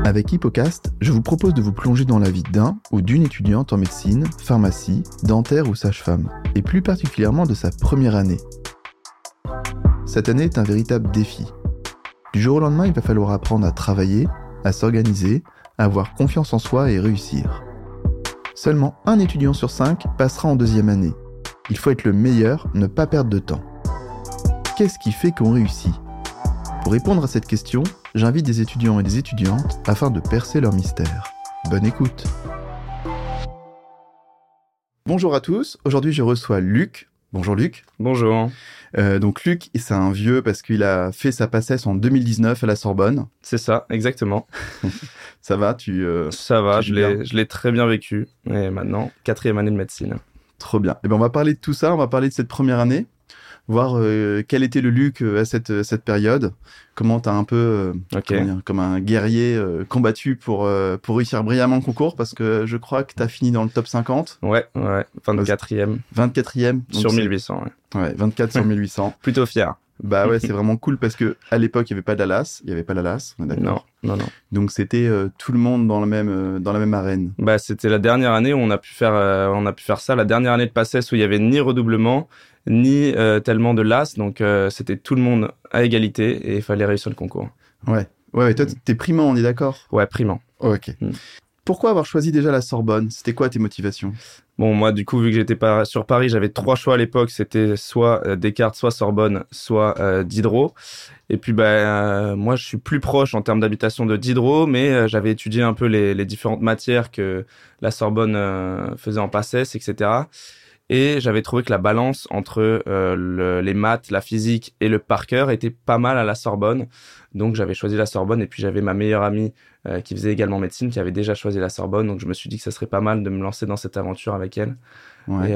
Avec Hippocast, je vous propose de vous plonger dans la vie d'un ou d'une étudiante en médecine, pharmacie, dentaire ou sage-femme, et plus particulièrement de sa première année. Cette année est un véritable défi. Du jour au lendemain, il va falloir apprendre à travailler, à s'organiser, à avoir confiance en soi et réussir. Seulement un étudiant sur 5 passera en deuxième année. Il faut être le meilleur, ne pas perdre de temps. Qu'est-ce qui fait qu'on réussit ? Pour répondre à cette question, j'invite des étudiants et des étudiantes afin de percer leur mystère. Bonne écoute. Bonjour à tous, aujourd'hui je reçois Luc. Bonjour Luc. Bonjour. Donc Luc, c'est un vieux parce qu'il a fait sa PACES en 2019 à la Sorbonne. C'est ça, exactement. Ça va, Ça va, je l'ai très bien vécu. Et maintenant, 4e année de médecine. Trop bien. Et ben on va parler de tout ça, on va parler de cette première année. Voir quel était le Luc à cette période, comment t'as un peu, comme un guerrier combattu pour réussir brillamment le concours, parce que je crois que t'as fini dans le top 50. Ouais, 24e. 24e. Sur 1800, ouais. Ouais, 24 sur 1800. Plutôt fier. Bah ouais, c'est vraiment cool parce que à l'époque, il n'y avait pas d'ALAS, on est d'accord. Non. Donc c'était tout le monde dans la même arène. Bah c'était la dernière année où on a pu faire ça, la dernière année de PACES où il y avait ni redoublement, ni tellement de LAS, donc c'était tout le monde à égalité et il fallait réussir le concours. Ouais, toi t'es primant, on est d'accord ? Ouais, primant. Oh, ok. Pourquoi avoir choisi déjà la Sorbonne ? C'était quoi tes motivations ? Bon, moi, du coup, vu que j'étais sur Paris, j'avais 3 choix à l'époque. C'était soit Descartes, soit Sorbonne, soit Diderot. Et puis, moi, je suis plus proche en termes d'habitation de Diderot, mais j'avais étudié un peu les différentes matières que la Sorbonne faisait en PACES, etc. Et j'avais trouvé que la balance entre les maths, la physique et le par cœur était pas mal à la Sorbonne. Donc j'avais choisi la Sorbonne et puis j'avais ma meilleure amie qui faisait également médecine qui avait déjà choisi la Sorbonne. Donc je me suis dit que ça serait pas mal de me lancer dans cette aventure avec elle. Ouais.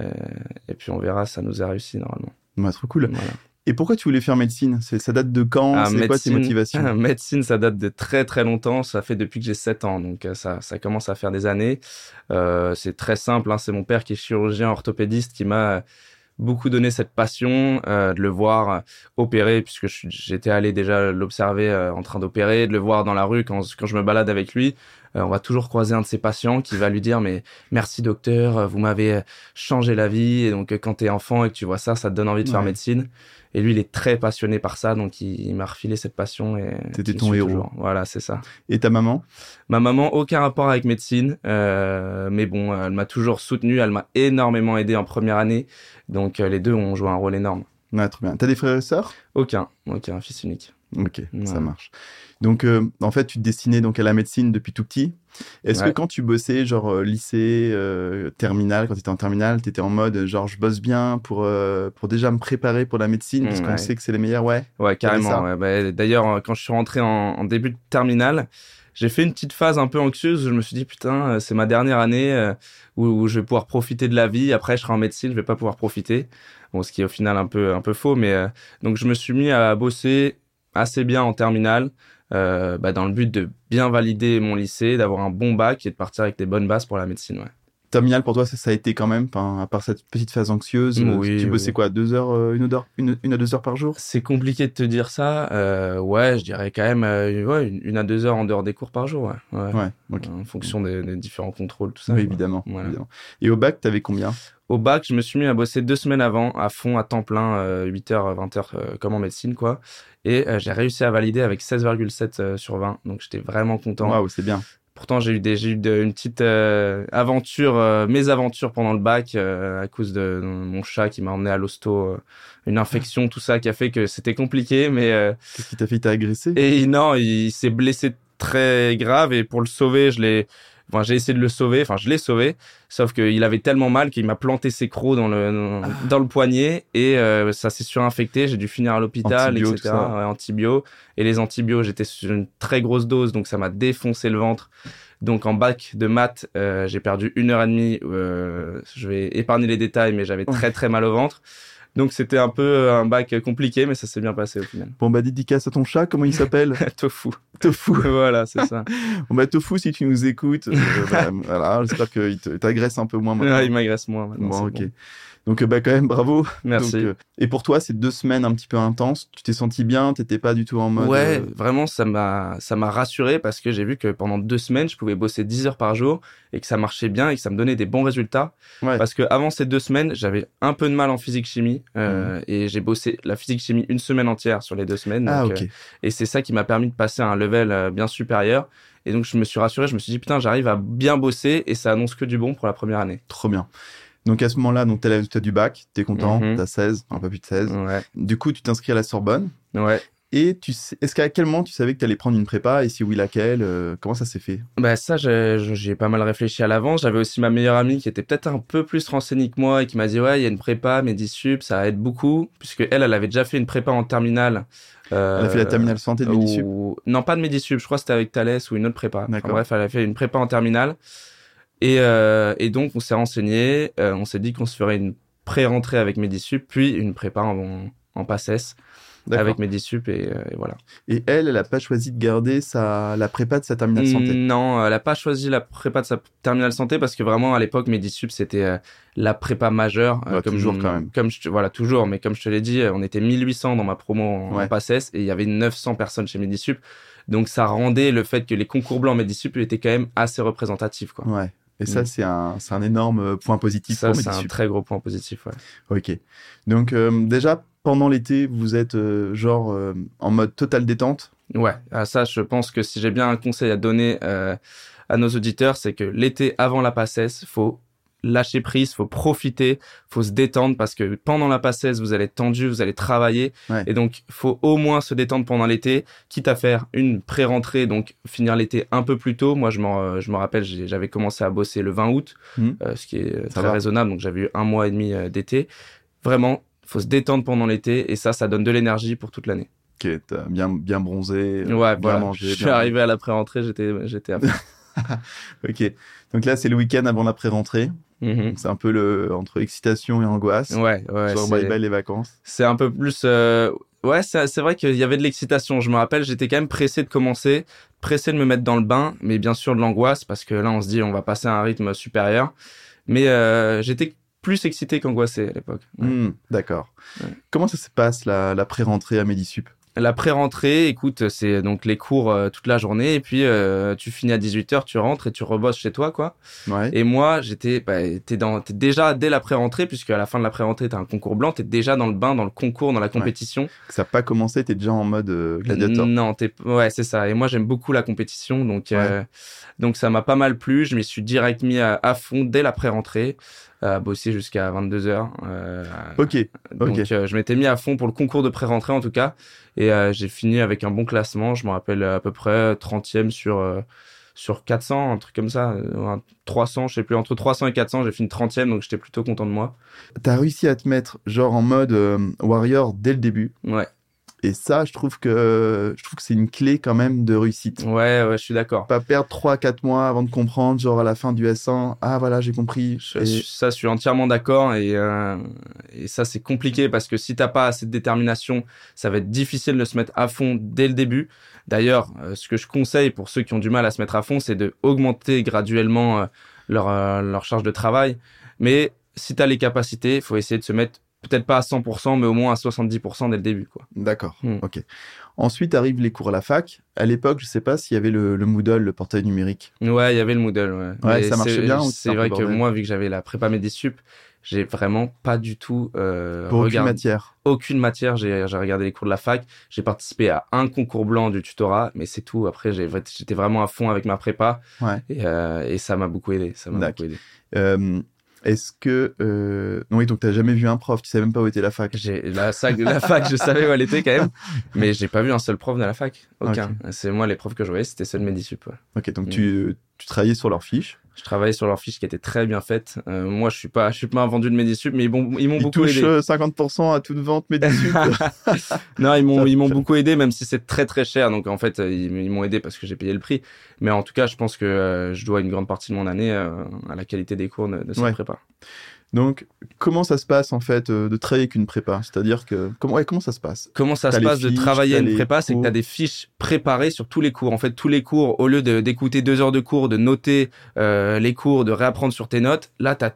Et puis on verra, ça nous a réussi normalement. Ouais, trop cool. Voilà. Et pourquoi tu voulais faire médecine ? Ça date de quand ? C'est quoi tes motivations ? Médecine, ça date de très très longtemps. Ça fait depuis que j'ai 7 ans. Donc ça commence à faire des années. C'est très simple. C'est mon père qui est chirurgien orthopédiste qui m'a beaucoup donné cette passion de le voir opérer, puisque j'étais allé déjà l'observer en train d'opérer, de le voir dans la rue quand je me balade avec lui. On va toujours croiser un de ses patients qui va lui dire « Mais merci docteur, vous m'avez changé la vie. » Et donc quand t'es enfant et que tu vois ça te donne envie de faire médecine. Et lui, il est très passionné par ça, donc il m'a refilé cette passion. Et c'était ton héros. Toujours. Voilà, c'est ça. Et ta maman ? Ma maman, aucun rapport avec médecine, mais bon, elle m'a toujours soutenu, elle m'a énormément aidé en première année, donc les deux ont joué un rôle énorme. Ouais, trop bien. T'as des frères et sœurs ? Aucun, fils unique. Ok, ça marche. Donc, en fait, tu te destinais donc à la médecine depuis tout petit. Est-ce que quand tu bossais, genre lycée, terminale, quand tu étais en terminale, tu étais en mode genre je bosse bien pour déjà me préparer pour la médecine parce qu'on sait que c'est les meilleurs, ouais. Ouais, carrément. Ouais. D'ailleurs, quand je suis rentré en début de terminale, j'ai fait une petite phase un peu anxieuse. Je me suis dit putain, c'est ma dernière année où je vais pouvoir profiter de la vie. Après, je serai en médecine, je vais pas pouvoir profiter. Bon, ce qui est au final un peu faux, mais donc je me suis mis à bosser assez bien en terminale. Dans le but de bien valider mon lycée, d'avoir un bon bac et de partir avec des bonnes bases pour la médecine, ouais. Terminale, pour toi, ça a été quand même, à part cette petite phase anxieuse, tu bossais quoi, 2 heures, une à 2 heures par jour ? C'est compliqué de te dire ça. Je dirais quand même 1 à 2 heures en dehors des cours par jour, ouais. Okay. En fonction des différents contrôles, tout ça. Oui, évidemment, voilà. Évidemment. Et au bac, t'avais combien ? Au bac, je me suis mis à bosser 2 semaines avant, à fond, à temps plein, 8h, 20h, comme en médecine, quoi. Et j'ai réussi à valider avec 16,7 sur 20. Donc, j'étais vraiment content. Waouh, c'est bien. Pourtant, j'ai eu une petite mésaventure pendant le bac à cause de mon chat qui m'a emmené à l'hosto, une infection, tout ça, qui a fait que c'était compliqué. Mais qu'est-ce qui t'a fait ? Il t'a agressé ? Et non, il s'est blessé très grave et pour le sauver, j'ai essayé de le sauver. Enfin, je l'ai sauvé, sauf qu'il avait tellement mal qu'il m'a planté ses crocs dans le poignet et ça s'est surinfecté. J'ai dû finir à l'hôpital, antibio, etc. Antibio. Et les antibio, j'étais sur une très grosse dose, donc ça m'a défoncé le ventre. Donc en bac de maths, j'ai perdu 1h30. Je vais épargner les détails, mais j'avais très très mal au ventre. Donc c'était un peu un bac compliqué, mais ça s'est bien passé au final. Bon dédicace à ton chat, comment il s'appelle ? Tofu. Voilà, c'est ça. Bon Tofu, si tu nous écoutes, voilà, j'espère qu'il t'agresse un peu moins maintenant. Il m'agresse moins maintenant. Bon, ok. Bon. Donc, quand même, bravo. Merci. Donc, et pour toi, ces 2 semaines un petit peu intenses, tu t'es senti bien, t'étais pas du tout en mode... Ouais, vraiment, ça m'a rassuré parce que j'ai vu que pendant 2 semaines, je pouvais bosser 10 heures par jour et que ça marchait bien et que ça me donnait des bons résultats. Ouais. Parce que avant ces 2 semaines, j'avais un peu de mal en physique-chimie et j'ai bossé la physique-chimie une semaine entière sur les 2 semaines. Donc, Ah, ok. Et c'est ça qui m'a permis de passer à un level bien supérieur. Et donc, je me suis rassuré, je me suis dit, putain, j'arrive à bien bosser et ça annonce que du bon pour la première année. Trop bien. Donc, à ce moment-là, t'as les résultats du bac, t'es content, t'as 16, un peu plus de 16. Ouais. Du coup, tu t'inscris à la Sorbonne. Ouais. Et est-ce qu'à quel moment tu savais que t'allais prendre une prépa et si oui, laquelle comment ça s'est fait? Bah ça, j'ai pas mal réfléchi à l'avance. J'avais aussi ma meilleure amie qui était peut-être un peu plus renseignée que moi et qui m'a dit ouais, il y a une prépa, Medisup, ça aide beaucoup, puisque elle avait déjà fait une prépa en terminale. Elle a fait la terminale santé de Medisup? Non, pas de Medisup, je crois que c'était avec Thalès ou une autre prépa. Enfin, bref, elle a fait une prépa en terminale. Et donc, on s'est renseigné, on s'est dit qu'on se ferait une pré-rentrée avec Medisup, puis une prépa en PACES. D'accord. Avec Medisup et voilà. Et elle a pas choisi de garder la prépa de sa terminale santé? Non, elle a pas choisi la prépa de sa terminale santé parce que vraiment à l'époque Medisup c'était la prépa majeure. Toujours quand même. Voilà, toujours, mais comme je te l'ai dit, on était 1800 dans ma promo en PACES et il y avait 900 personnes chez Medisup. Donc ça rendait le fait que les concours blancs Medisup étaient quand même assez représentatifs, quoi. Ouais. Et ça, c'est un énorme point positif pour Medisup. Ça, c'est un très gros point positif, ouais. Ok. Donc, déjà, pendant l'été, vous êtes en mode totale détente? Ouais. Ça, je pense que si j'ai bien un conseil à donner à nos auditeurs, c'est que l'été avant la PACES, faut lâcher prise, faut profiter, faut se détendre parce que pendant la PACES, vous allez être tendu, vous allez travailler. Ouais. Et donc, faut au moins se détendre pendant l'été, quitte à faire une pré-rentrée, donc finir l'été un peu plus tôt. Moi, je me rappelle, j'avais commencé à bosser le 20 août, ce qui est très raisonnable. Donc, j'avais eu 1 mois et demi d'été. Vraiment, faut se détendre pendant l'été et ça donne de l'énergie pour toute l'année. Ok, t'as bien bronzé, ouais, bien mangé. Je suis arrivé à la pré-rentrée, j'étais à fond. Ok, donc là, c'est le week-end avant la pré-rentrée. Donc, c'est un peu entre excitation et angoisse. Ouais. Genre bye les vacances. C'est un peu plus... Ouais, c'est vrai qu'il y avait de l'excitation. Je me rappelle, j'étais quand même pressé de commencer, pressé de me mettre dans le bain, mais bien sûr de l'angoisse, parce que là, on se dit, on va passer à un rythme supérieur. Mais j'étais plus excité qu'angoissé à l'époque. Ouais. D'accord. Ouais. Comment ça se passe, la pré-rentrée à Medisup? La pré-rentrée, écoute, c'est donc les cours toute la journée et puis tu finis à 18h, tu rentres et tu rebosses chez toi, quoi. Ouais. Et moi, t'es déjà dès la pré-rentrée, puisque à la fin de la pré-rentrée, t'as un concours blanc, t'es déjà dans le bain, dans le concours, dans la compétition. Ouais. Ça n'a pas commencé, t'es déjà en mode gladiateur. Non, ouais, c'est ça. Et moi, j'aime beaucoup la compétition, donc ça m'a pas mal plu. Je m'y suis direct mis à fond dès la pré-rentrée. Bosser jusqu'à 22h. Ok. Donc, je m'étais mis à fond pour le concours de pré-rentrée, en tout cas. Et j'ai fini avec un bon classement. Je me rappelle à peu près 30e sur 400, un truc comme ça. 300, je sais plus. Entre 300 et 400, j'ai fini 30e, donc j'étais plutôt content de moi. T'as réussi à te mettre genre en mode warrior dès le début. Ouais. Et ça, je trouve que c'est une clé quand même de réussite. Ouais, je suis d'accord. Pas perdre 3-4 mois avant de comprendre, genre à la fin du S1, ah voilà, j'ai compris. Ça, je suis entièrement d'accord et ça, c'est compliqué parce que si t'as pas assez de détermination, ça va être difficile de se mettre à fond dès le début. D'ailleurs, ce que je conseille pour ceux qui ont du mal à se mettre à fond, c'est de augmenter graduellement leur charge de travail. Mais si t'as les capacités, il faut essayer de se mettre peut-être pas à 100%, mais au moins à 70% dès le début, quoi. D'accord, ok. Ensuite arrivent les cours à la fac. À l'époque, je sais pas s'il y avait le Moodle, le portail numérique. Ouais, il y avait le Moodle, ouais. Ça marchait bien. C'est vrai que moi, vu que j'avais la prépa Medisup, j'ai vraiment pas du tout aucune matière. J'ai regardé les cours de la fac. J'ai participé à un concours blanc du tutorat, mais c'est tout. Après, j'étais vraiment à fond avec ma prépa. Ouais. Et ça m'a beaucoup aidé. Est-ce que... Oui, donc t'as jamais vu un prof, tu sais même pas où était la fac. La fac, je savais où elle était quand même, mais j'ai pas vu un seul prof dans la fac. Aucun. Okay. C'est moi, les profs que je voyais, c'était ceux de Medisup. Ouais. Ok, donc tu travaillais sur leurs fiches. Je travaillais sur leurs fiches qui étaient très bien faites. Moi, je suis pas un vendu de Medisup, mais ils m'ont beaucoup aidé. Ils touchent 50% à toute vente Medisup. Non, ils m'ont beaucoup aidé, même si c'est très très cher. Donc en fait, ils m'ont aidé parce que j'ai payé le prix. Mais en tout cas, je pense que je dois une grande partie de mon année à la qualité des cours de cette prépa. Donc, comment ça se passe en fait de travailler avec une prépa? C'est-à-dire que comment ça se passe? Comment ça se passe de travailler à une prépa? C'est que tu as des fiches préparées sur tous les cours. En fait, tous les cours, au lieu d'écouter 2 heures de cours, de noter les cours, de réapprendre sur tes notes, là, tu as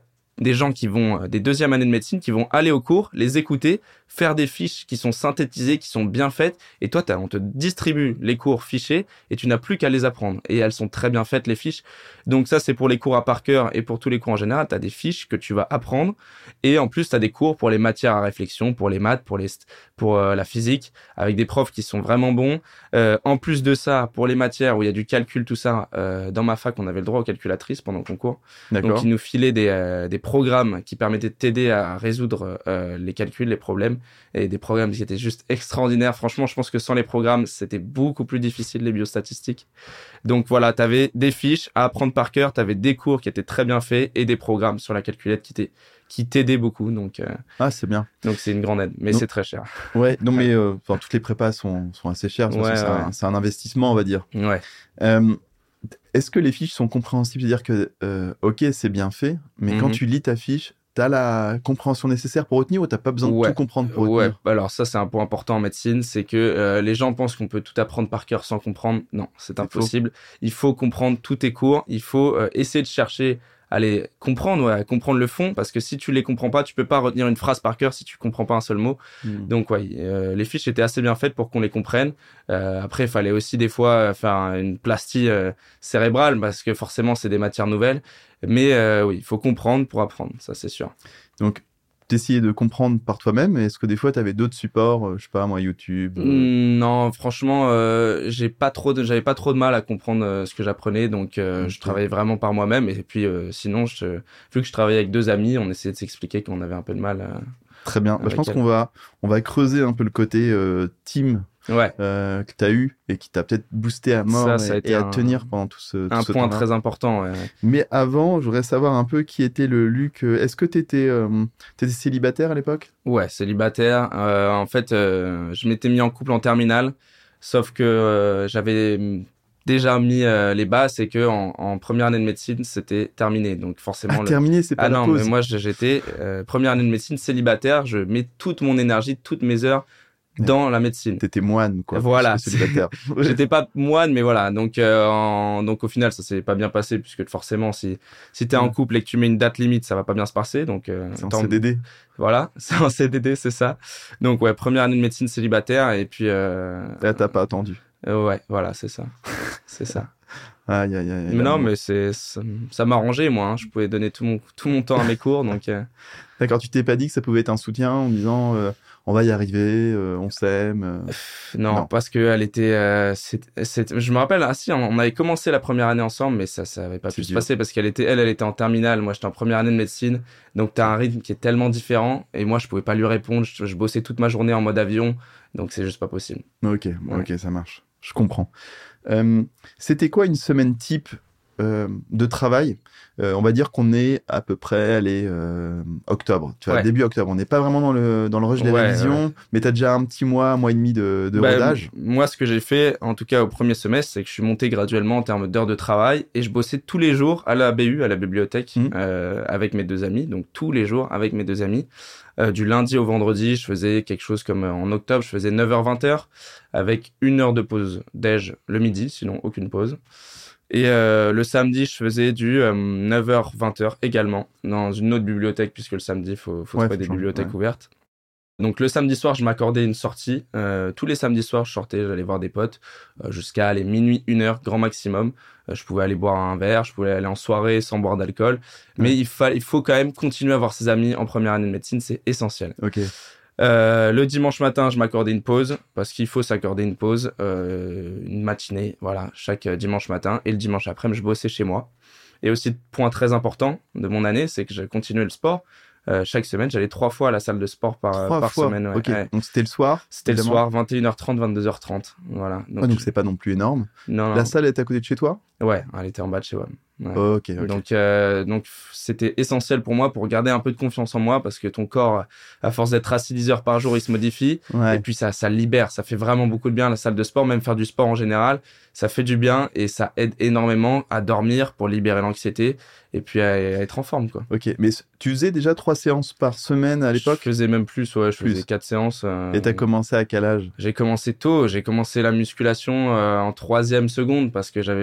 des gens qui vont, des deuxième années de médecine, qui vont aller au cours, les écouter, faire des fiches qui sont synthétisées, qui sont bien faites. Et toi, on te distribue les cours fichés et tu n'as plus qu'à les apprendre. Et elles sont très bien faites, les fiches. Donc ça, c'est pour les cours à par cœur et pour tous les cours en général. Tu as des fiches que tu vas apprendre. Et en plus, tu as des cours pour les matières à réflexion, pour les maths, pour la physique, avec des profs qui sont vraiment bons. En plus de ça, pour les matières où il y a du calcul, tout ça, dans ma fac, on avait le droit aux calculatrices pendant le concours. D'accord. Donc, ils nous filaient des programmes qui permettaient de t'aider à résoudre les calculs, les problèmes, et des programmes qui étaient juste extraordinaires. Franchement, je pense que sans les programmes, c'était beaucoup plus difficile, les biostatistiques. Donc voilà, t'avais des fiches à apprendre par cœur, t'avais des cours qui étaient très bien faits et des programmes sur la calculette qui t'aidaient beaucoup. Donc, c'est bien. Donc c'est une grande aide, mais c'est très cher. Ouais, non mais toutes les prépas sont assez chères. C'est un investissement, on va dire. Ouais. Est-ce que les fiches sont compréhensibles? C'est-à-dire que, ok, c'est bien fait, mais quand tu lis ta fiche, t'as la compréhension nécessaire pour retenir ou t'as pas besoin de tout comprendre pour retenir? Ouais, alors ça, c'est un point important en médecine, c'est que les gens pensent qu'on peut tout apprendre par cœur sans comprendre. Non, c'est impossible. Il faut comprendre tous tes cours, il faut essayer de chercher à les comprendre, à comprendre le fond, parce que si tu les comprends pas, tu peux pas retenir une phrase par cœur si tu comprends pas un seul mot. Donc les fiches étaient assez bien faites pour qu'on les comprenne. Après, il fallait aussi des fois faire une plastie cérébrale, parce que forcément, c'est des matières nouvelles. Mais oui, il faut comprendre pour apprendre, ça c'est sûr. Donc, t'essayais de comprendre par toi-même, et est-ce que des fois, t'avais d'autres supports, je sais pas, moi, YouTube Non, franchement, j'avais pas trop de mal à comprendre ce que j'apprenais, donc je travaillais vraiment par moi-même. Et puis sinon, vu que je travaillais avec deux amis, on essayait de s'expliquer qu'on avait un peu de mal. Très bien. Je pense qu'on va creuser un peu le côté team. Que tu as eu et qui t'a peut-être boosté à mort et à tenir pendant tout ce point temps-là. Très important. Ouais. Mais avant, je voudrais savoir un peu qui était le Luc. Est-ce que t'étais célibataire à l'époque? Ouais, célibataire. En fait, je m'étais mis en couple en terminale, sauf que j'avais déjà mis les bases, et que en première année de médecine, c'était terminé. Donc forcément... terminé, c'est pas la pause. Mais moi, j'étais première année de médecine célibataire. Je mets toute mon énergie, toutes mes heures dans la médecine. T'étais moine, quoi. Voilà. Célibataire. J'étais pas moine, mais voilà. Donc au final, ça s'est pas bien passé, puisque forcément, si t'es en couple et que tu mets une date limite, ça va pas bien se passer. Donc c'est en CDD. Voilà, c'est en CDD, c'est ça. Donc ouais, première année de médecine célibataire, et puis. Là, t'as pas attendu. Ouais, voilà, c'est ça. C'est ça. Aïe. Mais non, mais ça m'arrangeait, moi. Hein. Je pouvais donner tout mon temps à mes cours, donc. D'accord, tu t'es pas dit que ça pouvait être un soutien en disant on va y arriver, on s'aime. Non, parce que elle était. Je me rappelle, on avait commencé la première année ensemble, mais ça avait pas pu se passer parce qu'elle était en terminale, moi j'étais en première année de médecine, donc t'as un rythme qui est tellement différent, et moi je pouvais pas lui répondre, je bossais toute ma journée en mode avion, donc c'est juste pas possible. Ok, ça marche, je comprends. C'était quoi une semaine type de travail? On va dire qu'on est à peu près octobre, tu vois, début octobre. On n'est pas vraiment dans le rush des révisions, mais tu as déjà un petit mois et demi de rodage. Moi, ce que j'ai fait, en tout cas au premier semestre, c'est que je suis monté graduellement en termes d'heures de travail, et je bossais tous les jours à la BU, à la bibliothèque, avec mes deux amis, donc tous les jours avec mes deux amis. Du lundi au vendredi, je faisais quelque chose comme en octobre, je faisais 9h-20h, avec 1 heure de pause déj le midi, sinon aucune pause. Et le samedi, je faisais du 9h-20h également, dans une autre bibliothèque, puisque le samedi, il faut trouver des bibliothèques ouvertes. Donc le samedi soir, je m'accordais une sortie. Tous les samedis soirs, je sortais, j'allais voir des potes, jusqu'à minuit, 1h, grand maximum. Je pouvais aller boire un verre, je pouvais aller en soirée sans boire d'alcool. Mais il faut quand même continuer à voir ses amis en première année de médecine, c'est essentiel. Ok. Le dimanche matin, je m'accordais une pause, parce qu'il faut s'accorder une pause, une matinée, voilà, chaque dimanche matin. Et le dimanche après, je bossais chez moi. Et aussi, point très important de mon année, c'est que j'ai continué le sport. Chaque semaine, j'allais 3 fois à la salle de sport par semaine. Ouais. Okay. Donc c'était le soir? C'était le soir, 21h30, 22h30. Voilà. Donc c'est pas non plus énorme. Non. La salle est à côté de chez toi? Ouais, elle était en bas de chez moi. Ouais. Ok. Donc c'était essentiel pour moi pour garder un peu de confiance en moi, parce que ton corps, à force d'être assis 10 heures par jour, il se modifie. Ouais. Et puis ça libère, ça fait vraiment beaucoup de bien, la salle de sport, même faire du sport en général, ça fait du bien, et ça aide énormément à dormir pour libérer l'anxiété et puis à être en forme, quoi. Ok, mais tu faisais déjà 3 séances par semaine à l'époque? Je faisais même plus, je faisais 4 séances. Et t'as commencé à quel âge? J'ai commencé tôt, j'ai commencé la musculation en 3e seconde, parce que j'avais vraiment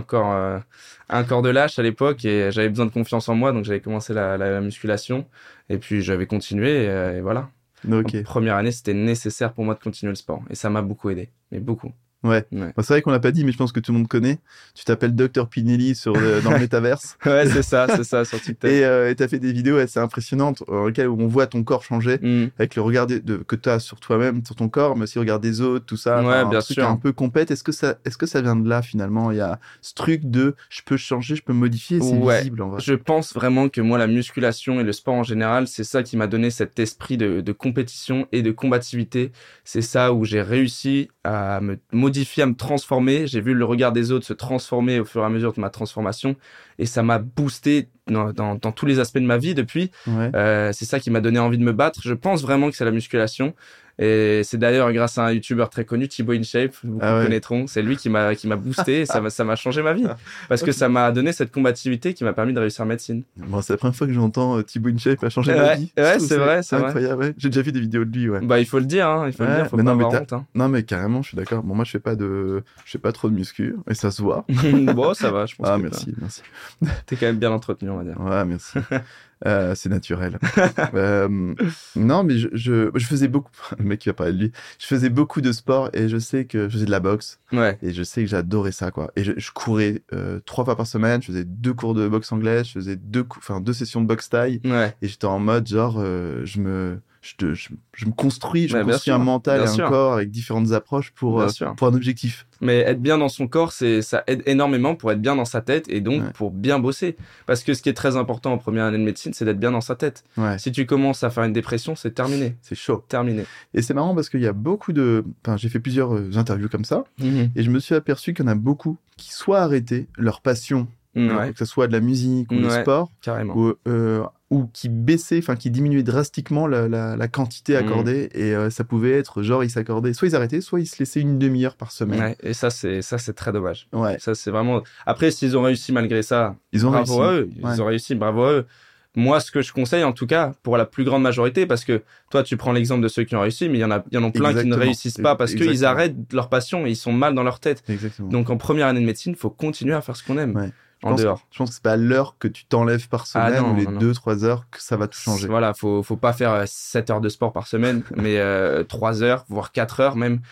un corps de lâche à l'époque et j'avais besoin de confiance en moi, donc j'avais commencé la musculation et puis j'avais continué et voilà. Ok. En première année, c'était nécessaire pour moi de continuer le sport et ça m'a beaucoup aidé, mais beaucoup. Ouais. Ouais. Bon, c'est vrai qu'on l'a pas dit, mais je pense que tout le monde connaît. Tu t'appelles Dr Pinelli dans le métaverse. Ouais, c'est ça, sur TikTok. Et t'as fait des vidéos assez impressionnantes dans lesquelles on voit ton corps changer avec le regard que t'as sur toi-même, sur ton corps, mais aussi le regard des autres, tout ça. Ouais, bien un truc sûr. un peu compète. Est-ce que ça vient de là finalement? Il y a ce truc de je peux changer, je peux modifier, et c'est visible en vrai. Je pense vraiment que moi, la musculation et le sport en général, c'est ça qui m'a donné cet esprit de compétition et de combativité. C'est ça où j'ai réussi à me modifier, à me transformer. J'ai vu le regard des autres se transformer au fur et à mesure de ma transformation et ça m'a boosté dans tous les aspects de ma vie depuis. Ouais. C'est ça qui m'a donné envie de me battre. Je pense vraiment que c'est la musculation. Et c'est d'ailleurs grâce à un youtubeur très connu, Thibaut InShape, beaucoup connaîtront. C'est lui qui m'a boosté et ça m'a changé ma vie. Parce que ça m'a donné cette combativité qui m'a permis de réussir en médecine. Bon, c'est la première fois que j'entends Thibaut InShape a changé ma vie. Ouais, c'est vrai, c'est incroyable. Ouais. J'ai déjà vu des vidéos de lui, ouais. Bah, il faut le dire, hein. Il faut le dire, faut pas avoir honte, hein. Non, mais carrément, je suis d'accord. Bon, moi, je fais pas trop de muscu et ça se voit. Bon, ça va, je pense. Merci. T'es quand même bien entretenu, on va dire. Ouais, merci. C'est naturel. Non, mais je faisais beaucoup. Le mec qui va parler de lui. Je faisais beaucoup de sport et je sais que je faisais de la boxe. Ouais. Et je sais que j'adorais ça, quoi. Et je courais 3 fois par semaine. Je faisais 2 cours de boxe anglaise. Je faisais 2 sessions de boxe thaï. Ouais. Et j'étais en mode genre, je me construis, un mental et un corps avec différentes approches pour un objectif. Mais être bien dans son corps, ça aide énormément pour être bien dans sa tête et donc pour bien bosser. Parce que ce qui est très important en première année de médecine, c'est d'être bien dans sa tête. Ouais. Si tu commences à faire une dépression, c'est terminé. C'est chaud. Terminé. Et c'est marrant parce qu'il y a beaucoup j'ai fait plusieurs interviews comme ça et je me suis aperçu qu'il y en a beaucoup qui soit arrêté leur passion, que ce soit de la musique ou le sport, carrément. ou qui baissait, qui diminuait drastiquement la quantité accordée et ça pouvait être genre ils s'accordaient, soit ils arrêtaient, soit ils se laissaient une demi-heure par semaine. Ouais, et ça c'est très dommage. Ouais. Ça c'est vraiment. Après s'ils ont réussi malgré ça, bravo à eux. Ils ont réussi, bravo à eux. Moi, ce que je conseille, en tout cas, pour la plus grande majorité, parce que toi, tu prends l'exemple de ceux qui ont réussi, mais il y en a plein qui ne réussissent pas parce qu'ils arrêtent leur passion et ils sont mal dans leur tête. Exactement. Donc, en première année de médecine, il faut continuer à faire ce qu'on aime. Ouais. En dehors. Je pense que c'est pas l'heure que tu t'enlèves par semaine ou les 2-3 heures que ça va tout changer. Voilà, faut pas faire 7 heures de sport par semaine, mais 3 heures, voire 4 heures même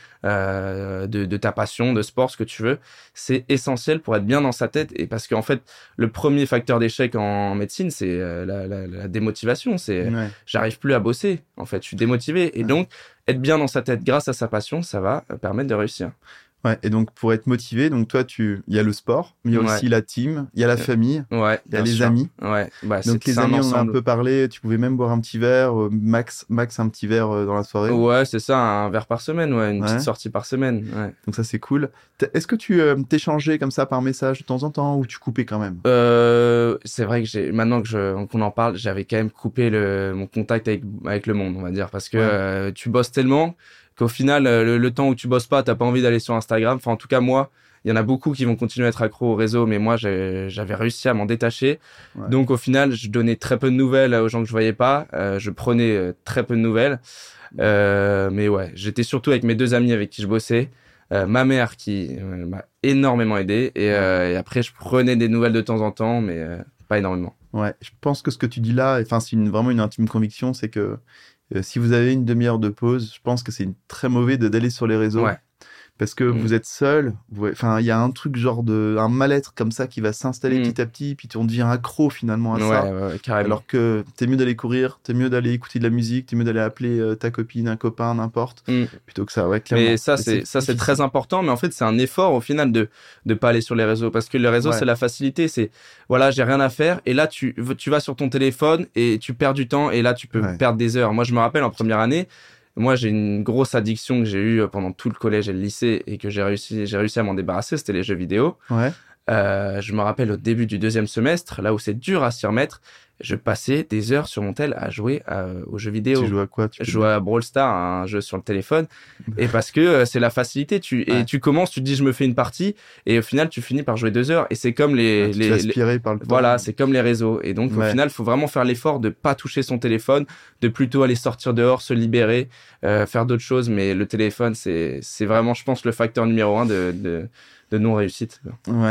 de ta passion, de sport, ce que tu veux. C'est essentiel pour être bien dans sa tête et parce qu'en fait, le premier facteur d'échec en médecine, c'est la démotivation. C'est j'arrive plus à bosser. En fait, je suis démotivé et donc être bien dans sa tête grâce à sa passion, ça va permettre de réussir. Ouais, et donc pour être motivé, donc toi il y a le sport, mais il y a aussi la team, il y a la famille, il y a les amis. Ouais, donc les amis, on a un peu parlé, tu pouvais même boire un petit verre, max un petit verre dans la soirée. Ouais, c'est ça, un verre par semaine, une petite sortie par semaine. Ouais. Donc ça c'est cool. Est-ce que tu t'échangeais comme ça par message de temps en temps ou tu coupais quand même? C'est vrai que maintenant qu'on en parle, j'avais quand même coupé mon contact avec le monde, on va dire, parce que tu bosses tellement qu'au final, le temps où tu bosses pas, t'as pas envie d'aller sur Instagram. Enfin, en tout cas, moi, il y en a beaucoup qui vont continuer à être accros au réseau, mais moi, j'avais réussi à m'en détacher. Ouais. Donc, au final, je donnais très peu de nouvelles aux gens que je voyais pas. Je prenais très peu de nouvelles. Mais ouais, j'étais surtout avec mes 2 amis avec qui je bossais. Ma mère qui m'a énormément aidé. Et après, je prenais des nouvelles de temps en temps, mais pas énormément. Ouais, je pense que ce que tu dis là, c'est vraiment une intime conviction, c'est que si vous avez une demi-heure de pause, je pense que c'est très mauvais d'aller sur les réseaux. Ouais. Parce que vous êtes seul. Il y a un truc un mal-être comme ça qui va s'installer petit à petit, puis on devient accro finalement à ça. Ouais, carrément. Alors que t'es mieux d'aller courir, t'es mieux d'aller écouter de la musique, t'es mieux d'aller appeler ta copine, un copain, n'importe, plutôt que ça. Ouais, clairement. Mais ça, c'est très important. Mais en fait, c'est un effort au final de pas aller sur les réseaux, parce que le réseau, c'est la facilité. C'est voilà, j'ai rien à faire, et là tu vas sur ton téléphone et tu perds du temps, et là tu peux perdre des heures. Moi, je me rappelle en première année. Moi, j'ai une grosse addiction que j'ai eue pendant tout le collège et le lycée et que j'ai réussi à m'en débarrasser, c'était les jeux vidéo. Ouais. Je me rappelle au début du 2e semestre, là où c'est dur à s'y remettre, je passais des heures sur mon tel à jouer aux jeux vidéo. Tu jouais à quoi? Je jouais à Brawl Stars, un jeu sur le téléphone. Et parce que c'est la facilité. Et tu commences, tu te dis je me fais une partie, et au final tu finis par jouer 2 heures. Et c'est comme aspiré par le temps. Voilà, c'est comme les réseaux. Et donc au final, il faut vraiment faire l'effort de pas toucher son téléphone, de plutôt aller sortir dehors, se libérer, faire d'autres choses. Mais le téléphone, c'est vraiment, je pense, le facteur numéro 1 de non-réussite. Ouais.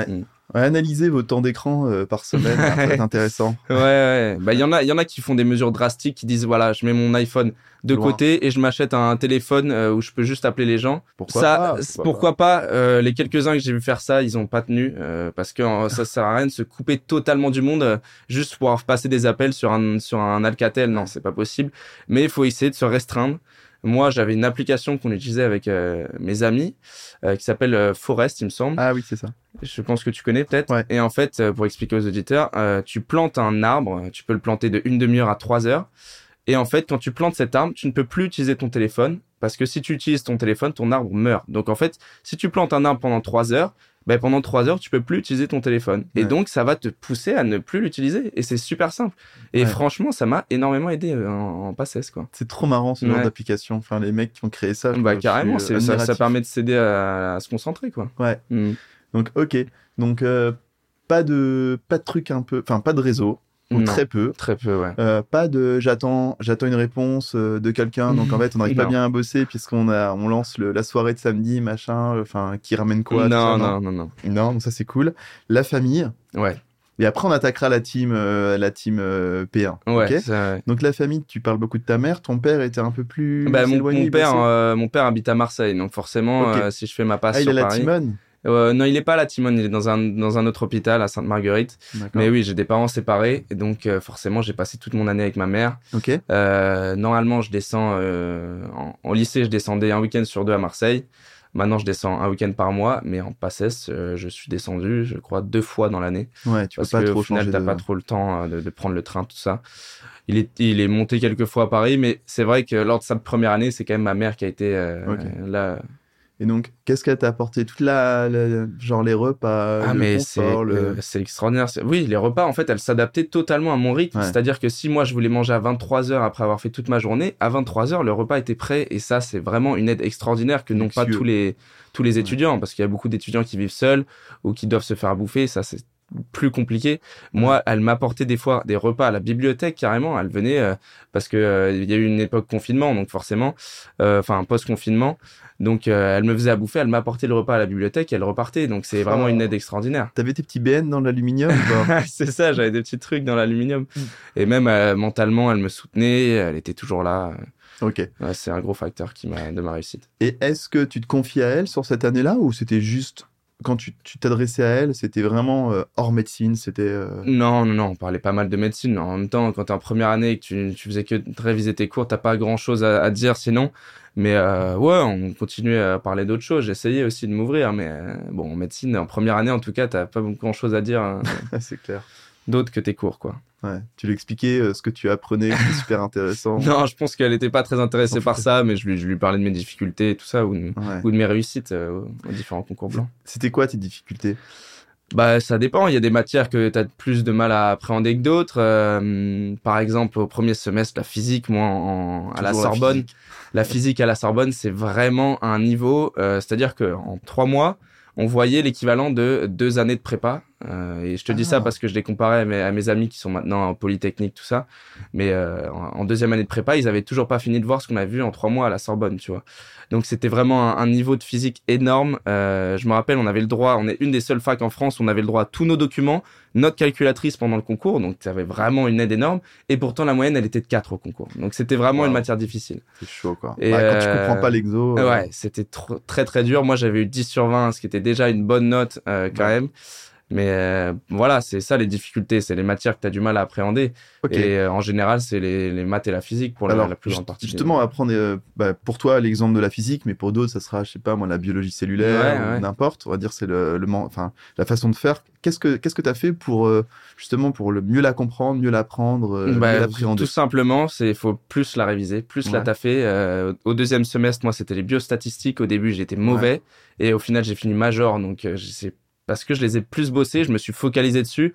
Ouais, analysez vos temps d'écran par semaine, ça va être intéressant. Ouais. Bah, il y en a qui font des mesures drastiques, qui disent, voilà, je mets mon iPhone de Loin. côté et je m'achète un téléphone où je peux juste appeler les gens. Pourquoi pas. Les quelques-uns que j'ai vu faire ça, ils ont pas tenu parce que ça sert à rien de se couper totalement du monde juste pour pouvoir passer des appels sur un Alcatel. Non, c'est pas possible. Mais il faut essayer de se restreindre. Moi, j'avais une application qu'on utilisait avec mes amis qui s'appelle Forest, il me semble. Ah oui, c'est ça. Je pense que tu connais peut-être. Ouais. Et en fait, pour expliquer aux auditeurs, tu plantes un arbre, tu peux le planter de 1 demi-heure à 3 heures. Et en fait, quand tu plantes cet arbre, tu ne peux plus utiliser ton téléphone parce que si tu utilises ton téléphone, ton arbre meurt. Donc en fait, si tu plantes un arbre pendant 3 heures, ben pendant 3 heures, tu peux plus utiliser ton téléphone. Ouais. Et donc, ça va te pousser à ne plus l'utiliser. Et c'est super simple. Et franchement, ça m'a énormément aidé en passesse, quoi. C'est trop marrant ce genre d'application. Enfin, les mecs qui ont créé ça. Bah carrément, ça permet de s'aider à se concentrer, quoi. Ouais. Donc ok. Donc pas de truc un peu, enfin pas de réseau. Ou très peu, ouais. Pas de j'attends une réponse de quelqu'un, donc en fait on n'arrive pas bien à bosser puisqu'on lance la soirée de samedi machin, enfin qui ramène quoi. Non. Donc ça c'est cool. La famille. Ouais. Et après on attaquera la team P1. Ouais. Okay, ouais. Donc la famille, tu parles beaucoup de ta mère, ton père était un peu plus éloigné. Mon père habite à Marseille, donc forcément si je fais ma passe sur Paris. Il est la Timone. Non, il est pas à la Timone, il est dans un autre hôpital à Sainte-Marguerite. D'accord. Mais oui, j'ai des parents séparés et donc forcément j'ai passé toute mon année avec ma mère. Ok. Normalement, je descends en lycée, je descendais un week-end sur 2 à Marseille. Maintenant, je descends un week-end par mois, mais en PACES, je suis descendu, je crois, 2 fois dans l'année. Ouais, tu parce peux pas que trop au final, t'as pas trop le temps de prendre le train, tout ça. Il est monté quelques fois à Paris, mais c'est vrai que lors de sa première année, c'est quand même ma mère qui a été là. Et donc, qu'est-ce qu'elle t'a apporté? Toute genre les repas, c'est extraordinaire. Oui, les repas, en fait, elle s'adaptait totalement à mon rythme. Ouais. C'est-à-dire que si moi, je voulais manger à 23h après avoir fait toute ma journée, à 23h, le repas était prêt. Et ça, c'est vraiment une aide extraordinaire que n'ont pas tous les étudiants. Parce qu'il y a beaucoup d'étudiants qui vivent seuls ou qui doivent se faire bouffer. Ça, c'est plus compliqué. Moi, elle m'apportait des fois des repas à la bibliothèque carrément. Elle venait parce que il y a eu une époque confinement, donc forcément, post-confinement. Donc elle me faisait à bouffer, elle m'apportait le repas à la bibliothèque et elle repartait. Donc c'est vraiment une aide extraordinaire. T'avais tes petits BN dans l'aluminium ou pas? C'est ça, j'avais des petits trucs dans l'aluminium. Et même mentalement, elle me soutenait, elle était toujours là. Ok. Ouais, c'est un gros facteur de ma réussite. Et est-ce que tu te confiais à elle sur cette année-là ou c'était juste quand tu t'adressais à elle, c'était vraiment hors médecine, c'était... Non, on parlait pas mal de médecine. En même temps, quand t'es en première année et que tu faisais que réviser tes cours, t'as pas grand-chose à dire sinon. Mais on continuait à parler d'autres choses. J'essayais aussi de m'ouvrir, mais en médecine, en première année en tout cas, t'as pas grand-chose à dire. Hein, c'est clair. D'autres que tes cours, quoi. Ouais. Tu lui expliquais ce que tu apprenais, c'est super intéressant. Non, je pense qu'elle était pas très intéressée par ça, mais je lui parlais de mes difficultés et tout ça, ou de mes réussites aux différents concours blancs. C'était quoi tes difficultés? Bah, ça dépend. Il y a des matières que t'as plus de mal à appréhender que d'autres. Par exemple, au premier semestre, la physique, moi, à la Sorbonne. La physique à la Sorbonne, c'est vraiment un niveau, c'est-à-dire que en 3 mois, on voyait l'équivalent de 2 années de prépa. Et je te dis ça parce que je les comparais à mes amis qui sont maintenant en Polytechnique, tout ça. Mais en 2e année de prépa, ils avaient toujours pas fini de voir ce qu'on a vu en 3 mois à la Sorbonne, tu vois. Donc c'était vraiment un niveau de physique énorme. Je me rappelle, on avait le droit, on est une des seules facs en France, on avait le droit à tous nos documents, notre calculatrice pendant le concours, donc ça avait vraiment une aide énorme. Et pourtant, la moyenne, elle était de 4 au concours. Donc c'était vraiment une matière difficile. C'est chaud, quoi. Et quand tu comprends pas l'exo... Ouais, c'était très très dur. Moi, j'avais eu 10 sur 20, ce qui était déjà une bonne note quand même. Mais voilà, c'est ça les difficultés, c'est les matières que tu as du mal à appréhender. Okay. Et en général, c'est les maths et la physique pour la plus grande partie. Justement, apprendre pour toi l'exemple de la physique, mais pour d'autres, ça sera, je sais pas moi, la biologie cellulaire, n'importe. On va dire c'est la façon de faire. Qu'est-ce que tu as fait pour justement pour mieux la comprendre, mieux l'apprendre, mieux l'appréhender? Tout simplement, il faut plus la réviser, plus la taffer. Au 2e semestre, moi, c'était les biostatistiques. Au début, j'étais mauvais et au final, j'ai fini major, donc parce que je les ai plus bossés, je me suis focalisé dessus.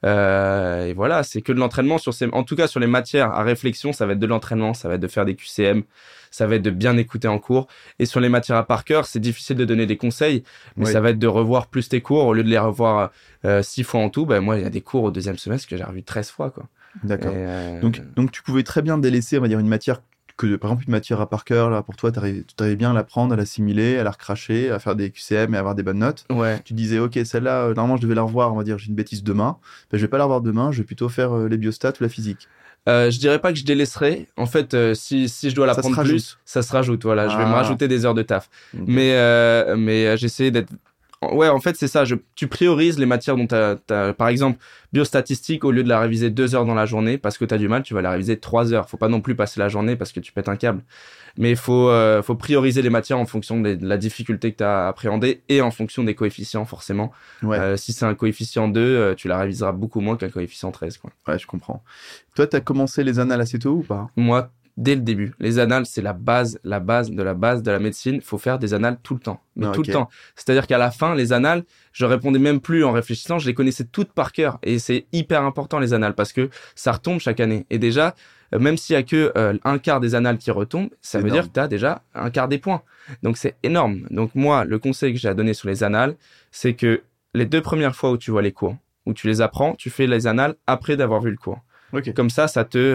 Et voilà, c'est que de l'entraînement en tout cas sur les matières à réflexion, ça va être de l'entraînement, ça va être de faire des QCM, ça va être de bien écouter en cours. Et sur les matières à par cœur, c'est difficile de donner des conseils, mais ça va être de revoir plus tes cours au lieu de les revoir 6 fois en tout. Moi, il y a des cours au 2e semestre que j'ai revu 13 fois, quoi. D'accord. Donc tu pouvais très bien délaisser, on va dire, une matière que par exemple une matière à par cœur, là, pour toi, t'arrivais bien à l'apprendre, à l'assimiler, à la recracher, à faire des QCM et à avoir des bonnes notes. Ouais. Tu disais, ok, celle-là, normalement, je devais la revoir, on va dire, j'ai une bêtise demain. Ben, je vais pas la revoir demain, je vais plutôt faire les biostats ou la physique. Je dirais pas que je délaisserai. En fait, si je dois l'apprendre plus, ça se rajoute. Voilà, je vais me rajouter des heures de taf. Okay. Mais j'essaie d'être. Ouais, en fait, c'est ça. Tu priorises les matières dont par exemple, biostatistique, au lieu de la réviser 2 heures dans la journée, parce que t'as du mal, tu vas la réviser 3 heures. Faut pas non plus passer la journée parce que tu pètes un câble. Mais faut prioriser les matières en fonction de la difficulté que t'as appréhendée et en fonction des coefficients, forcément. Ouais. Si c'est un coefficient 2, tu la réviseras beaucoup moins qu'un coefficient 13, quoi. Ouais, je comprends. Toi, t'as commencé les annales assez tôt ou pas? Moi, dès le début. Les annales, c'est la base de la base de la médecine. Il faut faire des annales tout le temps. Mais tout le temps. C'est-à-dire qu'à la fin, les annales, je répondais même plus en réfléchissant. Je les connaissais toutes par cœur. Et c'est hyper important, les annales, parce que ça retombe chaque année. Et déjà, même s'il y a que un quart des annales qui retombent, ça veut dire que tu as déjà un quart des points. Donc, c'est énorme. Donc, moi, le conseil que j'ai à donner sur les annales, c'est que les 2 premières fois où tu vois les cours, où tu les apprends, tu fais les annales après d'avoir vu le cours. Okay. Comme ça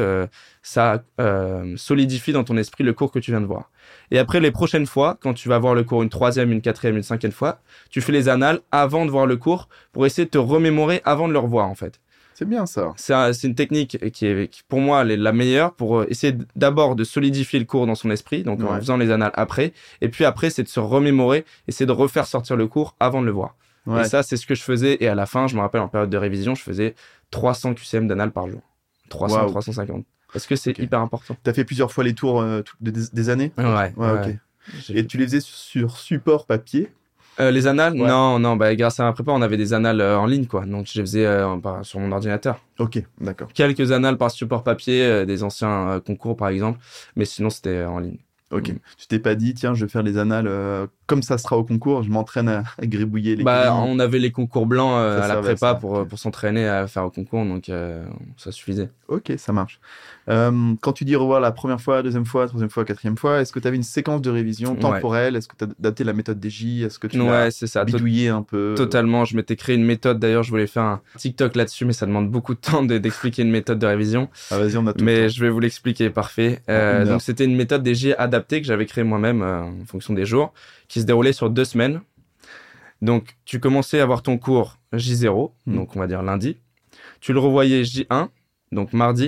solidifie dans ton esprit le cours que tu viens de voir. Et après, les prochaines fois, quand tu vas voir le cours une 3e, une 4e, une 5e fois, tu fais les annales avant de voir le cours pour essayer de te remémorer avant de le revoir, en fait. C'est bien ça. C'est une technique qui pour moi, la meilleure pour essayer d'abord de solidifier le cours dans son esprit, donc en faisant les annales après. Et puis après, c'est de se remémorer, essayer de refaire sortir le cours avant de le voir. Ouais. Et ça, c'est ce que je faisais. Et à la fin, je me rappelle, en période de révision, je faisais 300 QCM d'annales par jour. 300, 350. Parce que c'est hyper important. T'as fait plusieurs fois les tours des années? Ouais. Ok. Et tu les faisais sur support papier? Les annales? Non. Grâce à ma prépa, on avait des annales en ligne, quoi. Donc, je les faisais sur mon ordinateur. Ok, d'accord. Quelques annales par support papier, des anciens concours, par exemple. Mais sinon, c'était en ligne. Ok. Tu t'es pas dit, tiens, je vais faire les annales comme ça sera au concours, je m'entraîne à gribouiller les on avait les concours blancs à la prépa pour s'entraîner à faire au concours, donc ça suffisait. Ok, ça marche. Quand tu dis revoir la première fois, deuxième fois, troisième fois, quatrième fois, est-ce que tu avais une séquence de révision temporelle? Est-ce que tu as adapté la méthode DJ? Est-ce que tu as bidouillé un peu? Totalement, je m'étais créé une méthode. D'ailleurs, je voulais faire un TikTok là-dessus, mais ça demande beaucoup de temps d'expliquer une méthode de révision. Ah, vas-y, on a tout. Mais je vais vous l'expliquer, parfait. Donc, c'était une méthode DJ adaptée que j'avais créée moi-même en fonction des jours, qui se déroulait sur 2 semaines. Donc, tu commençais à avoir ton cours J0, donc on va dire lundi. Tu le revoyais J1, donc mardi.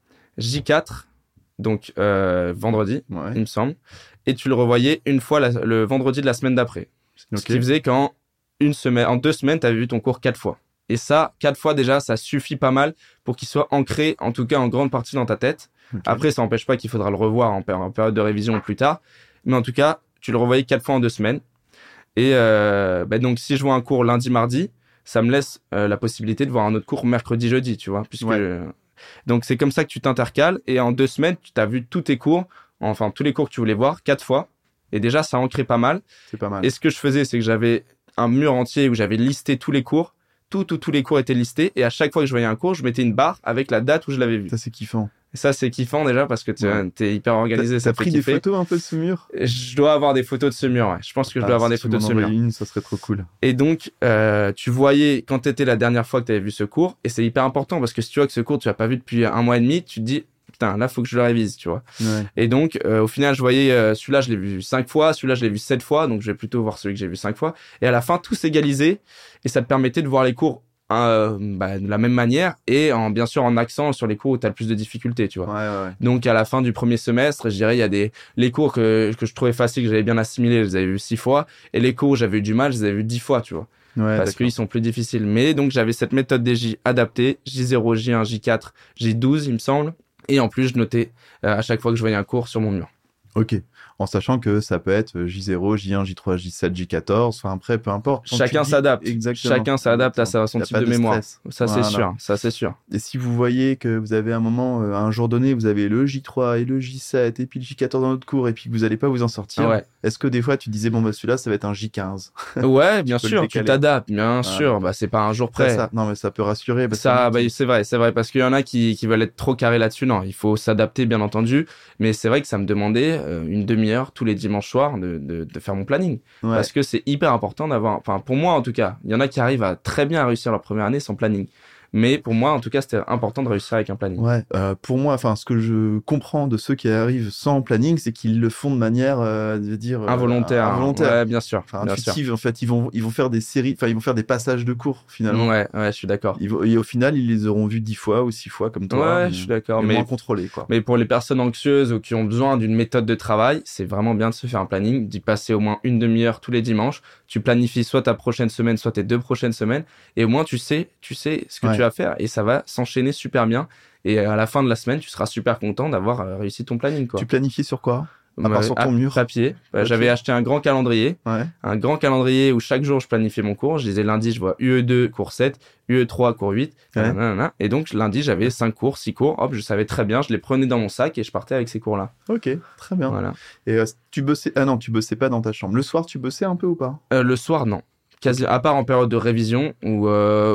J4, donc vendredi, il me semble. Et tu le revoyais une fois le vendredi de la semaine d'après. Okay. Ce qui faisait qu'en 2 semaines, tu avais vu ton cours 4 fois. Et ça, 4 fois déjà, ça suffit pas mal pour qu'il soit ancré, en tout cas en grande partie dans ta tête. Okay. Après, ça n'empêche pas qu'il faudra le revoir en période de révision plus tard. Mais en tout cas, tu le revoyais 4 fois en 2 semaines. Et donc, si je vois un cours lundi, mardi, ça me laisse la possibilité de voir un autre cours mercredi, jeudi, tu vois. Donc, c'est comme ça que tu t'intercales. Et en 2 semaines, tu as vu tous tes cours, enfin, tous les cours que tu voulais voir 4 fois. Et déjà, ça ancrait pas mal. C'est pas mal. Et ce que je faisais, c'est que j'avais un mur entier où j'avais listé tous les cours. Tous les cours étaient listés. Et à chaque fois que je voyais un cours, je mettais une barre avec la date où je l'avais vu. Ça, c'est kiffant. Et ça, c'est kiffant déjà parce que t'es hyper organisé. T'as pris des photos un peu de ce mur? Je dois avoir des photos de ce mur, ouais. Je pense que je dois avoir des photos de ce mur. Ça serait trop cool. Et donc, tu voyais quand t'étais la dernière fois que t'avais vu ce cours. Et c'est hyper important parce que si tu vois que ce cours, tu l'as pas vu depuis 1 mois et demi, tu te dis, putain, là, faut que je le révise, tu vois. Ouais. Et donc, au final, je voyais, celui-là, je l'ai vu 5 fois, celui-là, je l'ai vu 7 fois. Donc, je vais plutôt voir celui que j'ai vu 5 fois. Et à la fin, tout s'égalisait. Et ça te permettait de voir les cours de la même manière et bien sûr en accent sur les cours où tu as le plus de difficultés, tu vois. Ouais. Donc à la fin du premier semestre, je dirais il y a les cours que je trouvais faciles, que j'avais bien assimilés, je les avais vus 6 fois, et les cours où j'avais eu du mal, je les avais vus 10 fois, tu vois. Ouais, parce qu'ils sont plus difficiles. Mais donc j'avais cette méthode des J adaptée, J0, J1, J4, J12 il me semble, et en plus je notais à chaque fois que je voyais un cours sur mon mur. Ok, en sachant que ça peut être J0, J1, J3, J7, J14, enfin après, peu importe. Chacun s'adapte. Exactement. Chacun s'adapte à son type de mémoire. Ça, voilà. c'est sûr. Et si vous voyez que vous avez un moment, à un jour donné, vous avez le J3 et le J7 et puis le J14 dans votre cours et puis que vous n'allez pas vous en sortir, est-ce que des fois tu disais, celui-là, ça va être un J15? Ouais, bien sûr, tu t'adaptes, bien sûr. C'est pas un jour près. Non, mais ça peut rassurer. C'est vrai, parce qu'il y en a qui veulent être trop carrés là-dessus. Non, il faut s'adapter, bien entendu. Mais c'est vrai que ça me demandait une demi-heure tous les dimanches soirs de faire mon planning. Ouais. Parce que c'est hyper important d'avoir, enfin, pour moi en tout cas, il y en a qui arrivent à très bien réussir leur première année sans planning. Mais pour moi, en tout cas, c'était important de réussir avec un planning. Ouais. Pour moi, enfin, ce que je comprends de ceux qui arrivent sans planning, c'est qu'ils le font de manière, de dire Involontaire. Ouais, bien sûr. Enfin, bien intuitive. sûr. En fait, ils vont faire des séries, enfin, ils vont faire des passages de cours finalement. Ouais, je suis d'accord. Et au final, ils les auront vus 10 fois ou 6 fois comme toi. Ouais, je suis d'accord. Mais moins contrôlés, quoi. Mais pour les personnes anxieuses ou qui ont besoin d'une méthode de travail, c'est vraiment bien de se faire un planning, d'y passer au moins une demi-heure tous les dimanches. Tu planifies soit ta prochaine semaine, soit tes 2 prochaines semaines. Et au moins, tu sais ce que tu vas faire et ça va s'enchaîner super bien. Et à la fin de la semaine, tu seras super content d'avoir réussi ton planning, quoi. Tu planifies sur quoi? À part sur ton mur? Papier. J'avais acheté un grand calendrier. Ouais. Un grand calendrier où chaque jour je planifiais mon cours. Je disais lundi, je vois UE2, cours 7, UE3, cours 8. Ouais. Et donc lundi, j'avais 5 cours, 6 cours. Hop, je savais très bien. Je les prenais dans mon sac et je partais avec ces cours-là. Ok, très bien. Voilà. Et tu bossais... Ah non, tu bossais pas dans ta chambre. Le soir, tu bossais un peu ou pas? Le soir, non. À part en période de révision où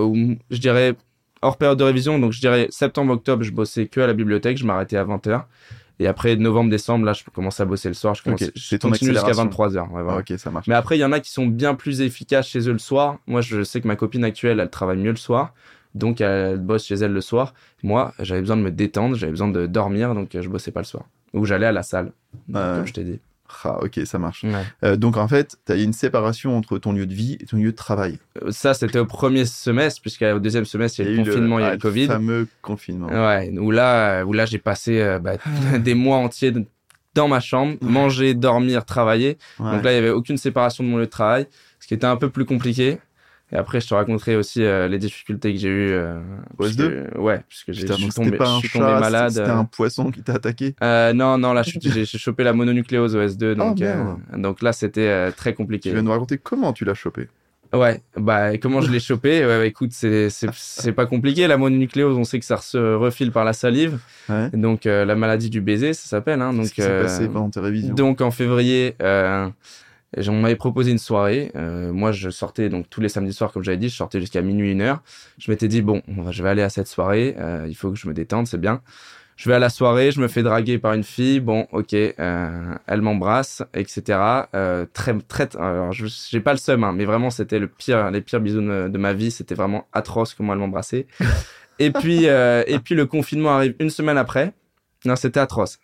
je dirais hors période de révision. Donc je dirais septembre-octobre, je bossais que à la bibliothèque. Je m'arrêtais à 20h. Et après, novembre-décembre, là, je commence à bosser le soir. Je continue jusqu'à 23h. Ouais, voilà. Ok, ça marche. Mais après, il y en a qui sont bien plus efficaces chez eux le soir. Moi, je sais que ma copine actuelle, elle travaille mieux le soir. Donc, elle bosse chez elle le soir. Moi, j'avais besoin de me détendre, j'avais besoin de dormir. Donc, je bossais pas le soir. Ou j'allais à la salle, comme je t'ai dit. Ah, ok, ça marche. Ouais. Donc, en fait, tu as une séparation entre ton lieu de vie et ton lieu de travail. Ça, c'était au premier semestre, puisqu'au deuxième semestre, il y a eu le confinement, il y a eu le Covid. Le fameux confinement. Ouais, où là j'ai passé des mois entiers dans ma chambre, manger, dormir, travailler. Ouais. Donc là, il y avait aucune séparation de mon lieu de travail, ce qui était un peu plus compliqué. Et après, je te raconterai aussi les difficultés que j'ai eues. Au S2 ouais, puisque je suis tombé malade. C'était un poisson qui t'a attaqué? Non, là, j'ai chopé la mononucléose au S2. Donc là, c'était très compliqué. Tu viens de nous raconter comment tu l'as chopé? Ouais, comment je l'ai chopé? Écoute, c'est pas compliqué. La mononucléose, on sait que ça se refile par la salive. Ouais. Donc, la maladie du baiser, ça s'appelle. Hein. Qu'est-ce qui s'est passé pendant tes révisions? Donc, en février, on m'avait proposé une soirée. Moi, je sortais donc tous les samedis soirs, comme j'avais dit, je sortais jusqu'à minuit, 1h. Je m'étais dit, bon, je vais aller à cette soirée. Il faut que je me détende, c'est bien. Je vais à la soirée, je me fais draguer par une fille. Bon, ok, elle m'embrasse, etc. Alors, j'ai pas le seum, hein, mais vraiment, c'était les pires bisous de ma vie. C'était vraiment atroce comment elle m'embrassait. et puis le confinement arrive une semaine après. Non, c'était atroce.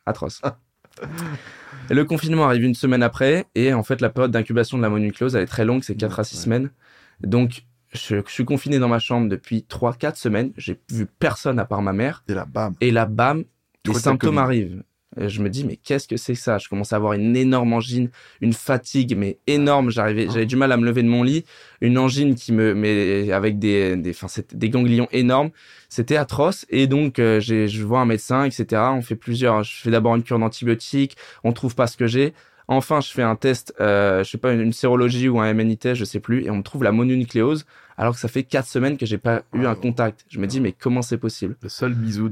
Et le confinement arrive une semaine après, et en fait, la période d'incubation de la mononucléose, elle est très longue, c'est 4 à 6 semaines. Donc, je suis confiné dans ma chambre depuis 3-4 semaines. J'ai vu personne à part ma mère. Et là, bam. Les symptômes arrivent. Et je me dis, mais qu'est-ce que c'est que ça? Je commence à avoir une énorme angine, une fatigue, mais énorme. J'avais du mal à me lever de mon lit. Une angine avec c'était des ganglions énormes. C'était atroce. Et donc, je vois un médecin, etc. Je fais d'abord une cure d'antibiotiques. On trouve pas ce que j'ai. Enfin, je fais un test, je sais pas, une sérologie ou un MNI test, je sais plus, et on me trouve la mononucléose, alors que ça fait 4 semaines que j'ai pas eu un contact. Je me dis, mais comment c'est possible? Le seul bisou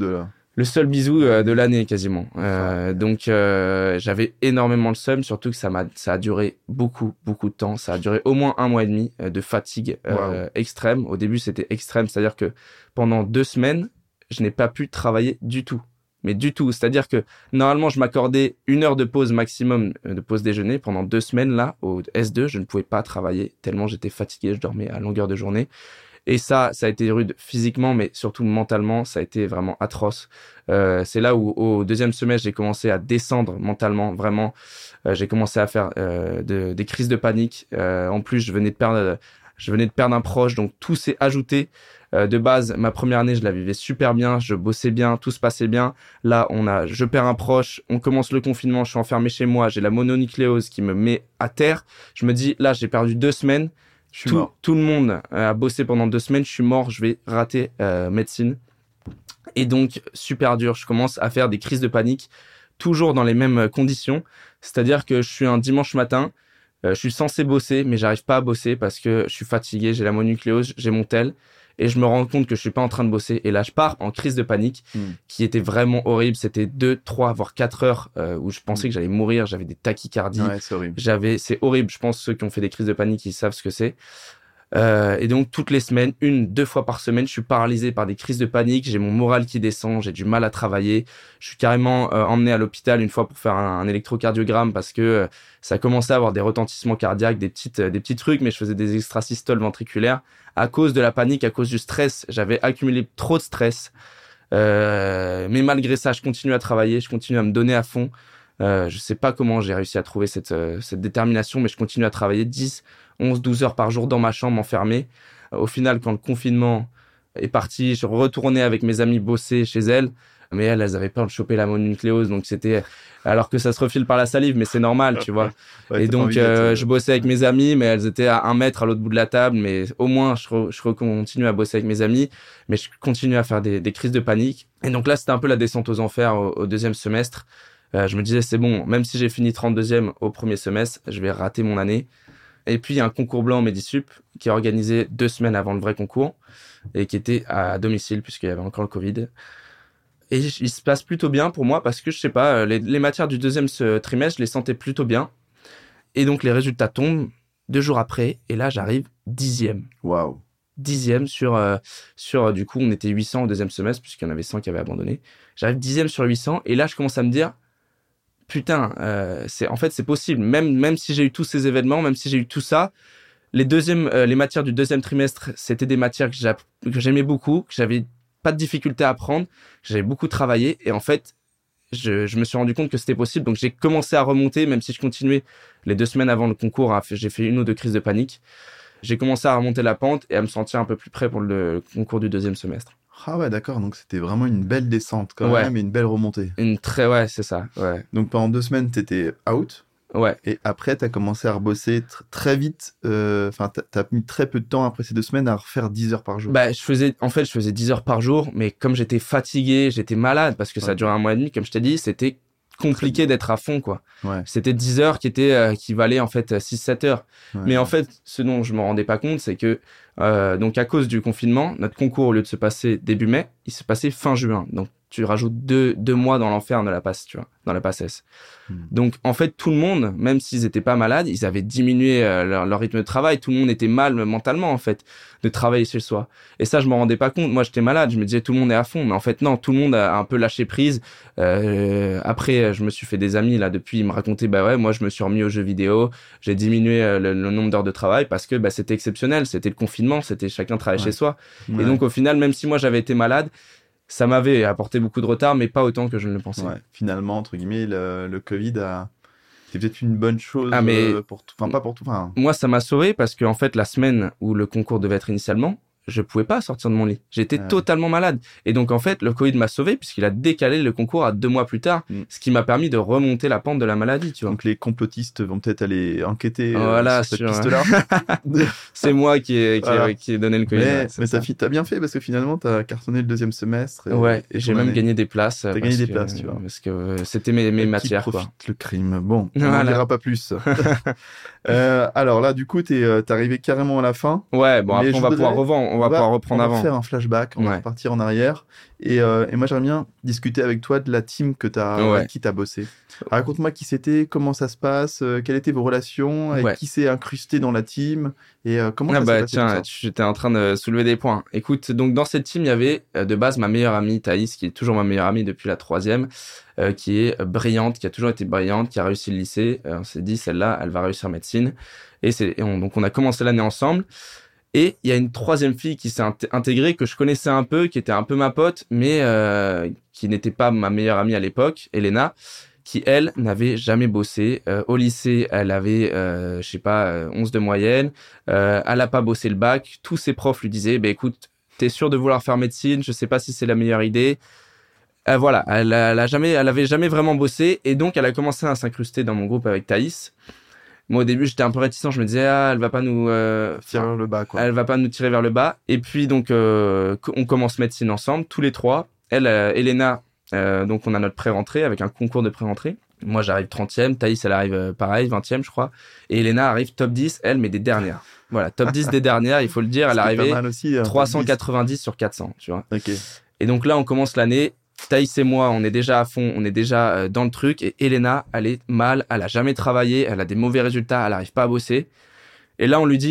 de l'année, quasiment. Donc, j'avais énormément le seum, surtout que ça a duré beaucoup, beaucoup de temps. Ça a duré au moins 1 mois et demi de fatigue extrême. Au début, c'était extrême, c'est-à-dire que pendant 2 semaines, je n'ai pas pu travailler du tout. Mais du tout. C'est-à-dire que normalement, je m'accordais 1 heure de pause maximum de pause déjeuner. Pendant 2 semaines, là, au S2, je ne pouvais pas travailler tellement j'étais fatigué. Je dormais à longueur de journée. Et ça a été rude physiquement, mais surtout mentalement, ça a été vraiment atroce. C'est là où, au 2e semestre, j'ai commencé à descendre mentalement, vraiment. J'ai commencé à faire des crises de panique. En plus, je venais de perdre un proche, donc tout s'est ajouté. De base, ma première année, je la vivais super bien, je bossais bien, tout se passait bien. Là, je perds un proche, on commence le confinement, je suis enfermé chez moi, j'ai la mononucléose qui me met à terre. Je me dis, là, j'ai perdu 2 semaines. Tout le monde a bossé pendant 2 semaines, je suis mort, je vais rater médecine. Et donc, super dur, je commence à faire des crises de panique, toujours dans les mêmes conditions. C'est-à-dire que je suis un dimanche matin, je suis censé bosser, mais j'arrive pas à bosser parce que je suis fatigué, j'ai la mononucléose, j'ai mon tel. Et je me rends compte que je suis pas en train de bosser. Et là, je pars en crise de panique qui était vraiment horrible. C'était 2, 3, voire 4 heures où je pensais que j'allais mourir. J'avais des tachycardies. Ouais, c'est horrible. C'est horrible. Je pense que ceux qui ont fait des crises de panique, ils savent ce que c'est. Et donc, toutes les semaines, 2 fois par semaine, je suis paralysé par des crises de panique. J'ai mon moral qui descend, j'ai du mal à travailler. Je suis carrément emmené à l'hôpital une fois pour faire un électrocardiogramme parce que ça commençait à avoir des retentissements cardiaques, des petits trucs, mais je faisais des extrasystoles ventriculaires à cause de la panique, à cause du stress. J'avais accumulé trop de stress. Mais malgré ça, je continue à travailler, je continue à me donner à fond. Je sais pas comment j'ai réussi à trouver cette détermination, mais je continue à travailler 10, 11, 12 heures par jour dans ma chambre, enfermé. Au final, quand le confinement est parti, je retournais avec mes amis bosser chez elles, mais elles avaient peur de choper la mononucléose, donc c'était, alors que ça se refile par la salive, mais c'est normal, tu vois. Ouais, et donc, je bossais avec mes amis, mais elles étaient à 1 mètre à l'autre bout de la table, mais au moins, je continue à bosser avec mes amis, mais je continue à faire des crises de panique. Et donc là, c'était un peu la descente aux enfers au 2e semestre. Je me disais, c'est bon, même si j'ai fini 32e au 1er semestre, je vais rater mon année. Et puis, il y a un concours blanc au Medisup qui est organisé 2 semaines avant le vrai concours et qui était à domicile puisqu'il y avait encore le Covid. Et il se passe plutôt bien pour moi parce que, je sais pas, les matières du 2e trimestre, je les sentais plutôt bien. Et donc, les résultats tombent 2 jours après et là, j'arrive 10e. Waouh. 10e sur du coup, on était 800 au 2e semestre puisqu'il y en avait 100 qui avaient abandonné. J'arrive 10e sur 800 et là, je commence à me dire, putain, c'est possible. Même si j'ai eu tous ces événements, même si j'ai eu tout ça, les matières du 2e trimestre, c'était des matières que j'aimais beaucoup, que j'avais pas de difficulté à apprendre, que j'avais beaucoup travaillé. Et en fait, je me suis rendu compte que c'était possible. Donc, j'ai commencé à remonter, même si je continuais les 2 semaines avant le concours. J'ai fait 1 ou 2 crises de panique. J'ai commencé à remonter la pente et à me sentir un peu plus prêt pour le concours du 2e semestre. Ah ouais, d'accord. Donc, c'était vraiment une belle descente quand Ouais. même et une belle remontée. Ouais, c'est ça. Ouais. Donc, pendant 2 semaines, t'étais out. Ouais. Et après, t'as commencé à rebosser très vite. Enfin, t'as mis très peu de temps après ces 2 semaines à refaire 10 heures par jour. Bah, je faisais 10 heures par jour, mais comme j'étais fatigué, j'étais malade parce que ça durait 1 mois et demi, comme je t'ai dit, c'était compliqué d'être à fond, quoi. Ouais. C'était 10 heures qui valaient en fait 6-7 heures. Ouais. Mais en fait, ce dont je me rendais pas compte, c'est que donc à cause du confinement, notre concours, au lieu de se passer début mai, il se passait fin juin. Donc tu rajoutes 2 mois dans l'enfer de la passe, tu vois, dans la passesse. Donc en fait, tout le monde, même s'ils étaient pas malades, ils avaient diminué leur rythme de travail. Tout le monde était mal mentalement, en fait, de travailler chez soi. Et ça, je m'en rendais pas compte. Moi, j'étais malade. Je me disais, tout le monde est à fond. Mais en fait, non, tout le monde a un peu lâché prise. Après, je me suis fait des amis, là, depuis. Ils me racontaient, bah ouais, moi, je me suis remis aux jeux vidéo. J'ai diminué le nombre d'heures de travail parce que, bah, c'était exceptionnel. C'était le confinement. C'était chacun travaillait chez soi. Ouais. Et donc, au final, même si moi, j'avais été malade, ça m'avait apporté beaucoup de retard, mais pas autant que je ne le pensais. Ouais, finalement, entre guillemets, le Covid c'est peut-être une bonne chose pour tout. Enfin, pas pour tout. Enfin... Moi, ça m'a sauvé parce qu'en fait, la semaine où le concours devait être initialement, je pouvais pas sortir de mon lit. J'étais totalement malade. Et donc, en fait, le Covid m'a sauvé puisqu'il a décalé le concours à 2 mois plus tard, ce qui m'a permis de remonter la pente de la maladie, tu vois. Donc, les complotistes vont peut-être aller enquêter sur cette piste-là. C'est moi qui ai donné le Covid. Mais t'as bien fait parce que finalement, t'as cartonné le 2e semestre. Et j'ai même gagné des places. T'as gagné des places, tu vois. Parce que c'était mes matières, quoi. Profite le crime. Bon, on n'en dira pas plus. Alors là, du coup, t'es arrivé carrément à la fin. Ouais, bon, après, on va pouvoir reprendre avant. On va faire un flashback, on va repartir en arrière. Et moi, j'aimerais bien discuter avec toi de la team avec qui t'as bossé. Raconte-moi qui c'était, comment ça se passe, quelles étaient vos relations, avec qui s'est incrusté dans la team, et comment ça s'est passé. Tiens, j'étais en train de soulever des points. Écoute, donc dans cette team, il y avait de base ma meilleure amie Thaïs, qui est toujours ma meilleure amie depuis la 3e, qui est brillante, qui a toujours été brillante, qui a réussi le lycée. On s'est dit, celle-là, elle va réussir médecine. Donc on a commencé l'année ensemble. Et il y a une 3e fille qui s'est intégrée, que je connaissais un peu, qui était un peu ma pote, mais qui n'était pas ma meilleure amie à l'époque, Elena, qui, elle, n'avait jamais bossé. Au lycée, elle avait, 11 de moyenne. Elle a pas bossé le bac. Tous ses profs lui disaient, écoute, t'es sûr de vouloir faire médecine? Je sais pas si c'est la meilleure idée. Voilà, elle avait jamais vraiment bossé. Et donc, elle a commencé à s'incruster dans mon groupe avec Thaïs. Moi, au début, j'étais un peu réticent. Je me disais, elle va pas nous tirer vers le bas, quoi. Elle va pas nous tirer vers le bas. Et puis, donc, on commence médecine ensemble, tous les 3. Elle, Elena, donc on a notre pré-rentrée avec un concours de pré-rentrée. Moi, j'arrive 30e. Thaïs, elle arrive pareil, 20e, je crois. Et Elena arrive top 10, elle, mais des dernières. Voilà, top 10 des dernières, il faut le dire. Elle est arrivée 390 sur 400, tu vois. Okay. Et donc là, on commence l'année. Thaïs et moi, on est déjà à fond, on est déjà dans le truc. Et Elena, elle est mal, elle a jamais travaillé, elle a des mauvais résultats, elle arrive pas à bosser. Et là, on lui dit,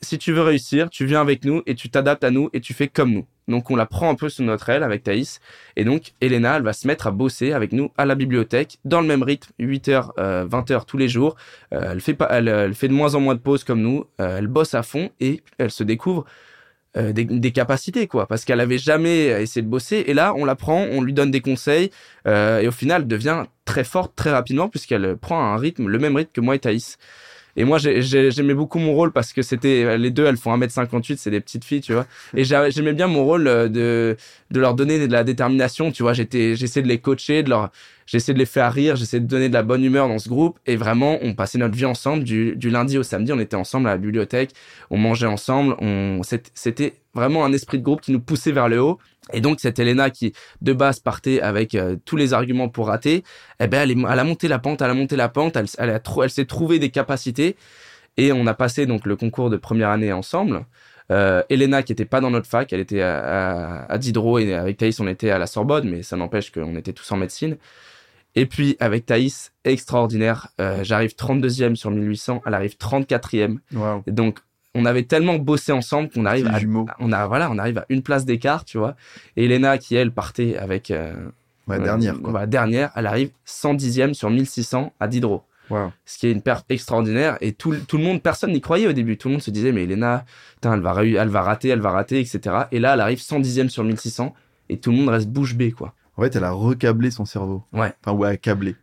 si tu veux réussir, tu viens avec nous et tu t'adaptes à nous et tu fais comme nous. Donc, on la prend un peu sous notre aile avec Thaïs. Et donc, Elena, elle va se mettre à bosser avec nous à la bibliothèque, dans le même rythme, 8h, 20h tous les jours. Elle fait de moins en moins de pauses comme nous. Elle bosse à fond et elle se découvre des capacités, quoi. Parce qu'elle avait jamais essayé de bosser. Et là, on la prend, on lui donne des conseils. Et au final, elle devient très forte très rapidement puisqu'elle prend un rythme, le même rythme que moi et Thaïs. Et moi, j'aimais beaucoup mon rôle parce que c'était les deux, elles font 1m58, c'est des petites filles, tu vois. Et j'aimais bien mon rôle de leur donner de la détermination, tu vois. J'essayais de les coacher, j'essayais de les faire rire, j'essayais de donner de la bonne humeur dans ce groupe. Et vraiment, on passait notre vie ensemble du lundi au samedi. On était ensemble à la bibliothèque, on mangeait ensemble. C'était vraiment un esprit de groupe qui nous poussait vers le haut. Et donc, cette Elena qui, de base, partait avec tous les arguments pour rater, eh ben, elle a monté la pente, elle s'est trouvée des capacités. Et on a passé donc le concours de première année ensemble. Elena, qui était pas dans notre fac, elle était à Diderot, et avec Thaïs, on était à la Sorbonne, mais ça n'empêche qu'on était tous en médecine. Et puis, avec Thaïs, extraordinaire, j'arrive 32e sur 1800, elle arrive 34e. Wow. Et donc, on avait tellement bossé ensemble qu'on arrive on arrive à une place d'écart, tu vois. Et Elena, qui elle partait avec dernière, quoi. Dernière, elle arrive 110e sur 1600 à Diderot. Wow. Ce qui est une perte extraordinaire. Et tout le monde, personne n'y croyait au début. Tout le monde se disait, mais Elena, putain, elle va rater, etc. Et là, elle arrive 110e sur 1600 et tout le monde reste bouche bée, quoi. En fait, elle a recablé son cerveau. Ouais. Enfin, ouais, câblé.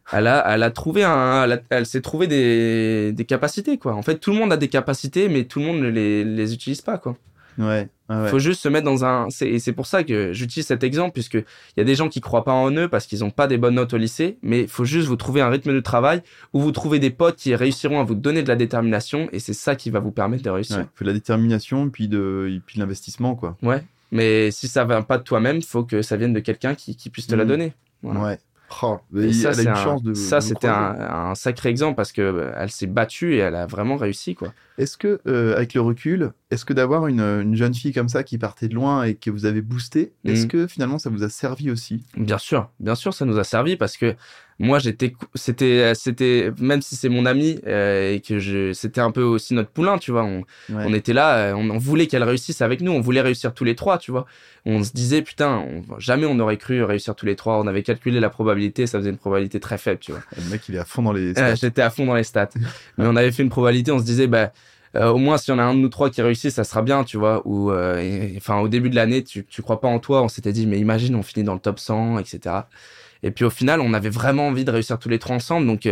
Elle s'est trouvé des capacités, quoi. En fait, tout le monde a des capacités, mais tout le monde ne les utilise pas, quoi. Ouais. Faut juste se mettre et c'est pour ça que j'utilise cet exemple, puisque il y a des gens qui croient pas en eux parce qu'ils ont pas des bonnes notes au lycée, mais il faut juste vous trouver un rythme de travail où vous trouvez des potes qui réussiront à vous donner de la détermination, et c'est ça qui va vous permettre de réussir. Ouais. Faut de la détermination, et puis de l'investissement, quoi. Ouais. Mais si ça vient pas de toi-même, il faut que ça vienne de quelqu'un qui puisse te la donner. Voilà. Ouais. Oh, et ça, elle a une chance de. Ça, c'était un sacré exemple parce que elle s'est battue et elle a vraiment réussi, quoi. Est-ce que, avec le recul, d'avoir une jeune fille comme ça qui partait de loin et que vous avez boosté, est-ce que finalement ça vous a servi aussi ? Bien sûr, ça nous a servi parce que moi c'était même si c'est mon ami et que c'était un peu aussi notre poulain, tu vois. On était là, on voulait qu'elle réussisse avec nous, on voulait réussir tous les trois, tu vois. On se disait putain, jamais on aurait cru réussir tous les trois. On avait calculé la probabilité, ça faisait une probabilité très faible, tu vois. Le mec il est à fond dans les stats. J'étais à fond dans les stats, mais on avait fait une probabilité, on se disait au moins si on a un de nous trois qui réussit, ça sera bien, tu vois. Ou au début de l'année, tu crois pas en toi, on s'était dit mais imagine on finit dans le top 100, etc. Et puis au final, on avait vraiment envie de réussir tous les trois ensemble. Donc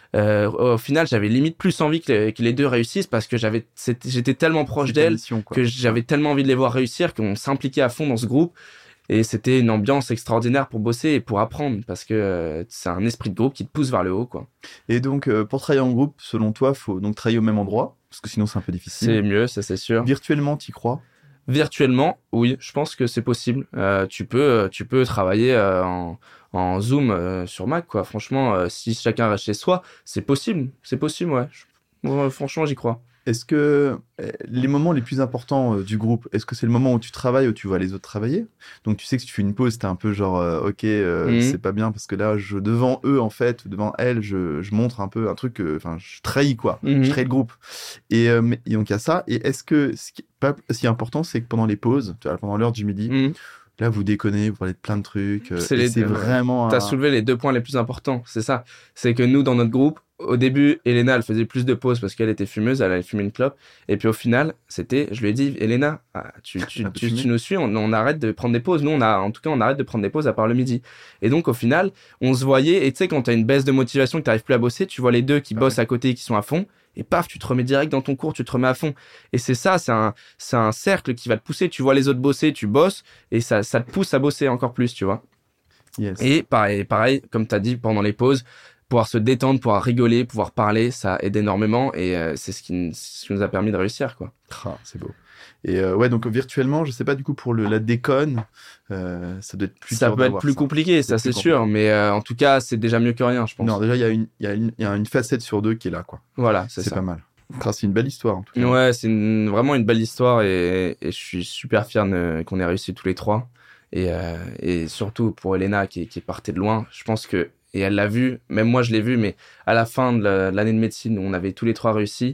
au final, j'avais limite plus envie que les deux réussissent parce que j'étais tellement proche d'elles que j'avais tellement envie de les voir réussir qu'on s'impliquait à fond dans ce groupe. Et c'était une ambiance extraordinaire pour bosser et pour apprendre parce que c'est un esprit de groupe qui te pousse vers le haut, quoi. Et donc, pour travailler en groupe, selon toi, faut donc travailler au même endroit parce que sinon c'est un peu difficile. C'est mieux, ça c'est sûr. Virtuellement, t'y crois ? Virtuellement, oui, je pense que c'est possible. Tu peux travailler en Zoom sur Mac, quoi. Franchement, si chacun reste chez soi, c'est possible, ouais. Franchement, j'y crois. Est-ce que les moments les plus importants du groupe, est-ce que c'est le moment où tu travailles, où tu vois les autres travailler ? Donc tu sais que si tu fais une pause, t'es un peu genre c'est pas bien parce que là devant eux en fait, devant elles, je montre un peu un truc, je trahis quoi, je trahis le groupe. Et donc il y a ça. Et est-ce que ce qui est pas si important, c'est que pendant les pauses, tu vois, pendant l'heure du midi. Là, vous déconnez, vous parlez de plein de trucs. C'est vraiment. T'as soulevé les 2 points les plus importants, c'est ça. C'est que nous, dans notre groupe, au début, Elena, elle faisait plus de pauses parce qu'elle était fumeuse, elle allait fumer une clope. Et puis au final, je lui ai dit, Elena, tu nous suis, on arrête de prendre des pauses. Nous, on arrête de prendre des pauses à part le midi. Et donc au final, on se voyait. Et tu sais, quand t'as une baisse de motivation, que t'arrives plus à bosser, tu vois les deux qui bossent à côté et qui sont à fond. Et paf, tu te remets direct dans ton cours, tu te remets à fond. Et c'est ça, c'est un cercle qui va te pousser. Tu vois les autres bosser, tu bosses, et ça te pousse à bosser encore plus, tu vois. Yes. Et pareil, comme t'as dit, pendant les pauses, pouvoir se détendre, pouvoir rigoler, pouvoir parler, ça aide énormément, et c'est ce qui nous a permis de réussir, quoi. Ah, c'est beau. Et donc virtuellement, je sais pas du coup pour la déconne, ça doit être plus ça peut être plus compliqué, ça c'est sûr, mais en tout cas c'est déjà mieux que rien, je pense. Non, déjà il y a une facette sur 2 qui est là, quoi. Voilà, c'est ça. Pas mal. C'est une belle histoire en tout cas. Ouais, c'est vraiment une belle histoire, et je suis super fier qu'on ait réussi tous les trois, et surtout pour Elena qui partait de loin. Je pense que, et elle l'a vu, même moi je l'ai vu, mais à la fin de l'année de médecine où on avait tous les trois réussi,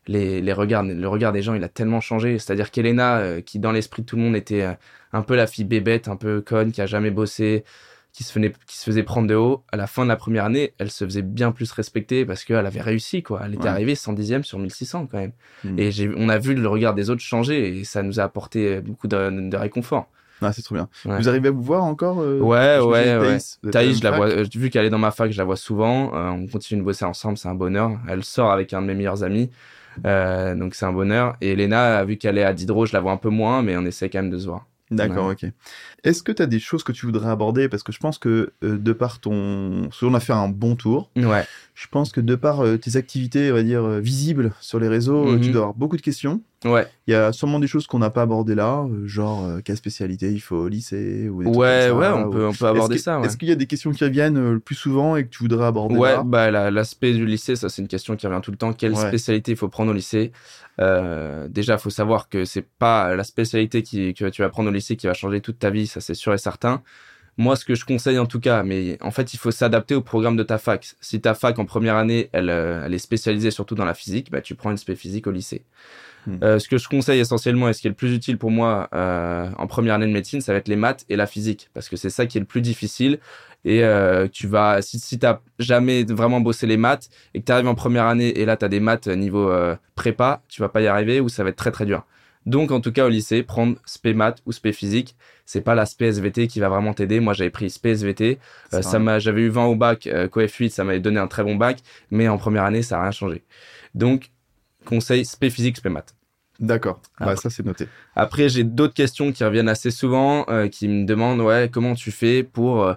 le regard des gens, il a tellement changé. C'est-à-dire qu'Elena, qui dans l'esprit de tout le monde était un peu la fille bébête, un peu conne, qui a jamais bossé, qui se faisait prendre de haut, à la fin de la première année, elle se faisait bien plus respecter parce qu'elle avait réussi, quoi. Elle était arrivée 110e sur 1600 quand même. Et on a vu le regard des autres changer et ça nous a apporté beaucoup de réconfort. Ah, c'est trop bien. Ouais. Vous arrivez à vous voir encore Ouais. Thaïs, je la vois, vu qu'elle est dans ma fac, je la vois souvent. On continue de bosser ensemble, c'est un bonheur. Elle sort avec un de mes meilleurs amis, donc c'est un bonheur. Et Elena, vu qu'elle est à Diderot, je la vois un peu moins, mais on essaie quand même de se voir. D'accord, ok. Est-ce que tu as des choses que tu voudrais aborder? Parce que je pense que de par on a fait un bon tour. Ouais. Je pense que de par tes activités, on va dire, visibles sur les réseaux, tu dois avoir beaucoup de questions. Ouais. Il y a sûrement des choses qu'on n'a pas abordées là, genre quelle spécialité il faut au lycée ou des trucs Ouais, comme ça, on peut aborder ça. Ouais. Est-ce qu'il y a des questions qui reviennent le plus souvent et que tu voudrais aborder là? Ouais, l'aspect du lycée, ça c'est une question qui revient tout le temps. Quelle spécialité il faut prendre au lycée? Déjà, faut savoir que c'est pas la spécialité que tu vas prendre au lycée qui va changer toute ta vie, ça c'est sûr et certain. Moi, ce que je conseille en tout cas, mais en fait, il faut s'adapter au programme de ta fac. Si ta fac en première année, elle est spécialisée surtout dans la physique, bah tu prends une spé physique au lycée. Ce que je conseille essentiellement et ce qui est le plus utile pour moi en première année de médecine, ça va être les maths et la physique, parce que c'est ça qui est le plus difficile. Et si t'as jamais vraiment bossé les maths et que t'arrives en première année et là t'as des maths niveau prépa, tu vas pas y arriver ou ça va être très très dur. Donc en tout cas au lycée, prendre spé maths ou spé physique, c'est pas la spé SVT qui va vraiment t'aider. Moi j'avais pris spé SVT, j'avais eu 20 au bac, coef 8, ça m'avait donné un très bon bac, mais en première année ça a rien changé. Donc conseil spé physique, spé maths. D'accord, bah, ça c'est noté. Après, j'ai d'autres questions qui reviennent assez souvent, qui me demandent comment tu fais pour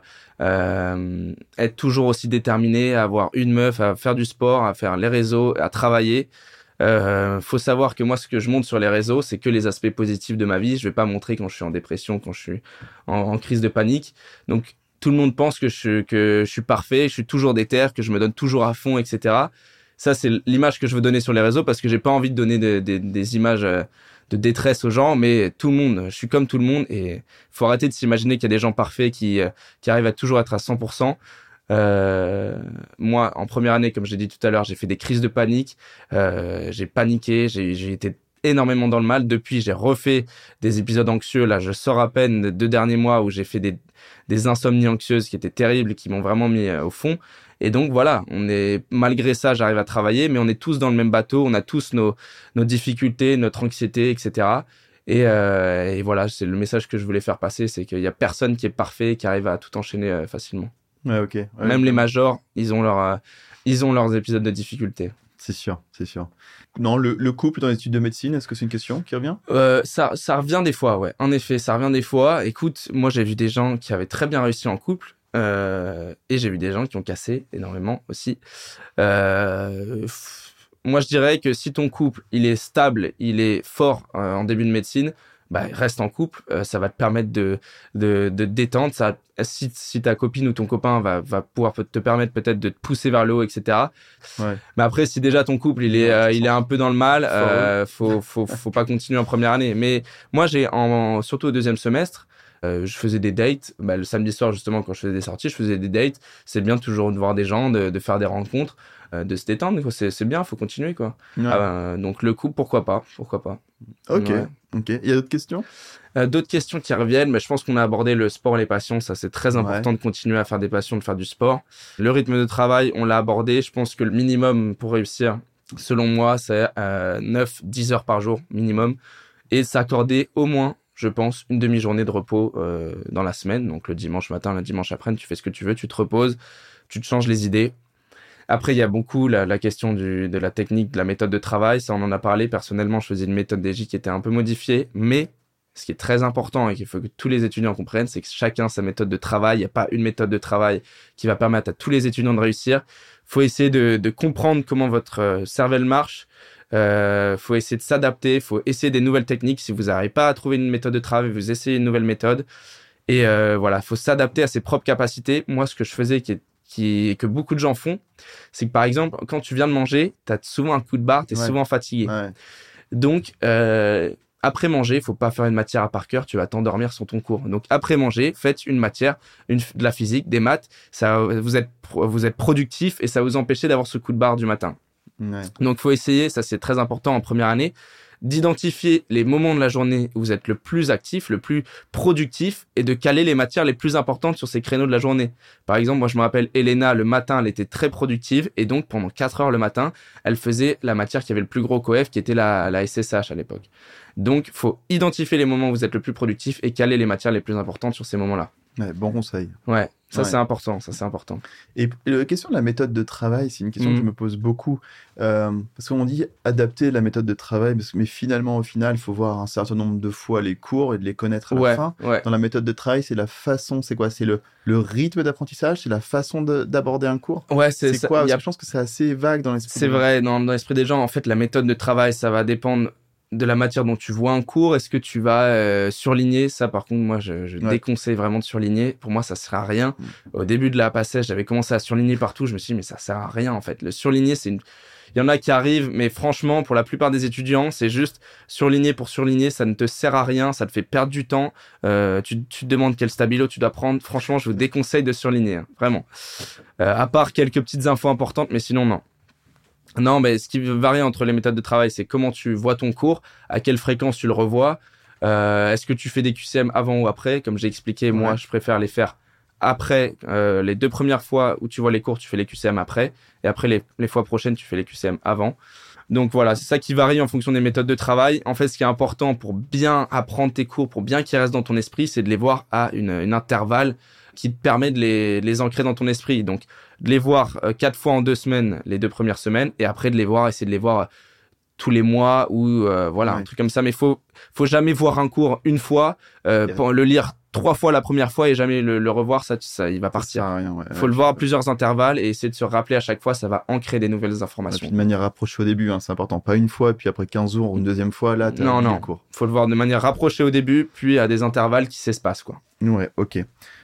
être toujours aussi déterminé, à avoir une meuf, à faire du sport, à faire les réseaux, à travailler. Faut savoir que moi, ce que je montre sur les réseaux, c'est que les aspects positifs de ma vie. Je vais pas montrer quand je suis en dépression, quand je suis en crise de panique. Donc, tout le monde pense que je suis parfait, je suis toujours déter, que je me donne toujours à fond, etc. Ça, c'est l'image que je veux donner sur les réseaux parce que j'ai pas envie de donner des images de détresse aux gens, mais tout le monde, je suis comme tout le monde et faut arrêter de s'imaginer qu'il y a des gens parfaits qui arrivent à toujours être à 100%. Moi, en première année, comme j'ai dit tout à l'heure, j'ai fait des crises de panique, j'ai paniqué, j'ai été énormément dans le mal. Depuis, j'ai refait des épisodes anxieux. Là, je sors à peine des 2 derniers mois où j'ai fait des insomnies anxieuses qui étaient terribles, qui m'ont vraiment mis au fond. Et donc voilà, malgré ça, j'arrive à travailler, mais on est tous dans le même bateau, on a tous nos difficultés, notre anxiété, etc. Et voilà, c'est le message que je voulais faire passer, c'est qu'il y a personne qui est parfait, qui arrive à tout enchaîner facilement. Ouais, ok. Ouais, même les majors, ils ont leurs épisodes de difficulté. C'est sûr. Non, le couple dans les études de médecine, est-ce que c'est une question qui revient? Ça revient des fois, ouais. En effet, ça revient des fois. Écoute, moi j'ai vu des gens qui avaient très bien réussi en couple. Et j'ai vu des gens qui ont cassé énormément aussi. Moi, je dirais que si ton couple, il est stable, il est fort en début de médecine, bah, reste en couple. Ça va te permettre de détendre. Ça, si ta copine ou ton copain va pouvoir te permettre peut-être de te pousser vers le haut, etc. Ouais. Mais après, si déjà ton couple, il est un peu dans le mal, faut pas continuer en première année. Mais moi, surtout au 2e semestre, je faisais des dates, le samedi soir justement quand je faisais des sorties, je faisais des dates. C'est bien toujours de voir des gens, de faire des rencontres, de se détendre, quoi. C'est bien, faut continuer, quoi. Ouais. Donc le couple, pourquoi pas. Ok. Il y a d'autres questions? D'autres questions qui reviennent, mais je pense qu'on a abordé le sport et les passions. Ça, c'est très important de continuer à faire des passions, de faire du sport. Le rythme de travail, on l'a abordé. Je pense que le minimum pour réussir, selon moi, c'est 9-10 heures par jour minimum, et s'accorder au moins, je pense, une demi-journée de repos dans la semaine. Donc le dimanche matin, le dimanche après-midi, tu fais ce que tu veux, tu te reposes, tu te changes les idées. Après, il y a beaucoup la question de la technique, de la méthode de travail. Ça, on en a parlé. Personnellement, je faisais une méthode DJ qui était un peu modifiée. Mais ce qui est très important et qu'il faut que tous les étudiants comprennent, c'est que chacun sa méthode de travail. Il n'y a pas une méthode de travail qui va permettre à tous les étudiants de réussir. Il faut essayer de comprendre comment votre cervelle marche. Faut essayer de s'adapter, faut essayer des nouvelles techniques. Si vous n'arrivez pas à trouver une méthode de travail, vous essayez une nouvelle méthode. Et voilà, faut s'adapter à ses propres capacités. Moi, ce que je faisais que beaucoup de gens font, c'est que par exemple, quand tu viens de manger, t'as souvent un coup de barre, t'es souvent fatigué. Ouais. Donc, après manger, faut pas faire une matière par cœur, tu vas t'endormir sur ton cours. Donc, après manger, faites une matière, de la physique, des maths. Ça, vous êtes productif et ça vous empêche d'avoir ce coup de barre du matin. Ouais. Donc, il faut essayer, ça c'est très important en première année, d'identifier les moments de la journée où vous êtes le plus actif, le plus productif et de caler les matières les plus importantes sur ces créneaux de la journée. Par exemple, moi je me rappelle Elena, le matin, elle était très productive et donc pendant 4 heures le matin, elle faisait la matière qui avait le plus gros coef qui était la SSH à l'époque. Donc, il faut identifier les moments où vous êtes le plus productif et caler les matières les plus importantes sur ces moments-là. Ouais, bon conseil. Ouais, ça Ouais. c'est important, ça c'est important. Et la question de la méthode de travail, c'est une question que je me pose beaucoup. Parce qu'on dit adapter la méthode de travail, mais finalement, au final, il faut voir un certain nombre de fois les cours et de les connaître à la fin. Ouais. Dans la méthode de travail, c'est la façon, c'est quoi? C'est le rythme d'apprentissage, c'est la façon d'aborder un cours? Ouais, C'est ça, quoi? Parce que je pense que c'est assez vague dans l'esprit. C'est vrai, dans l'esprit des gens, en fait, la méthode de travail, ça va dépendre de la matière dont tu vois un cours. Est-ce que tu vas surligner? Ça, par contre, moi, je déconseille vraiment de surligner. Pour moi, ça sert à rien. Au début de la passage, j'avais commencé à surligner partout. Je me suis dit, mais ça sert à rien, en fait. Le surligner, il y en a qui arrivent, mais franchement, pour la plupart des étudiants, c'est juste surligner pour surligner. Ça ne te sert à rien. Ça te fait perdre du temps. Tu te demandes quel stabilo tu dois prendre. Franchement, je vous déconseille de surligner, hein, vraiment. À part quelques petites infos importantes, mais sinon, non. Non, mais ce qui varie entre les méthodes de travail, c'est comment tu vois ton cours, à quelle fréquence tu le revois, est-ce que tu fais des QCM avant ou après. Comme j'ai expliqué, moi, je préfère les faire après. Les 2 premières fois où tu vois les cours, tu fais les QCM après. Et après, les fois prochaines, tu fais les QCM avant. Donc voilà, c'est ça qui varie en fonction des méthodes de travail. En fait, ce qui est important pour bien apprendre tes cours, pour bien qu'ils restent dans ton esprit, c'est de les voir à une intervalle qui te permet de les ancrer dans ton esprit. Donc, de les voir 4 fois en 2 semaines, les 2 premières semaines, et après essayer de les voir tous les mois ou un truc comme ça. Mais faut jamais voir un cours une fois, pour le lire 3 fois la première fois et jamais le revoir, ça il va partir. Faut le voir à plusieurs intervalles et essayer de se rappeler à chaque fois, ça va ancrer des nouvelles informations. De manière rapprochée au début, hein, c'est important. Pas une fois, et puis après 15 jours ou une deuxième fois, là, t'as le cours. Faut le voir de manière rapprochée au début, puis à des intervalles qui s'espacent, quoi. Ouais, ok.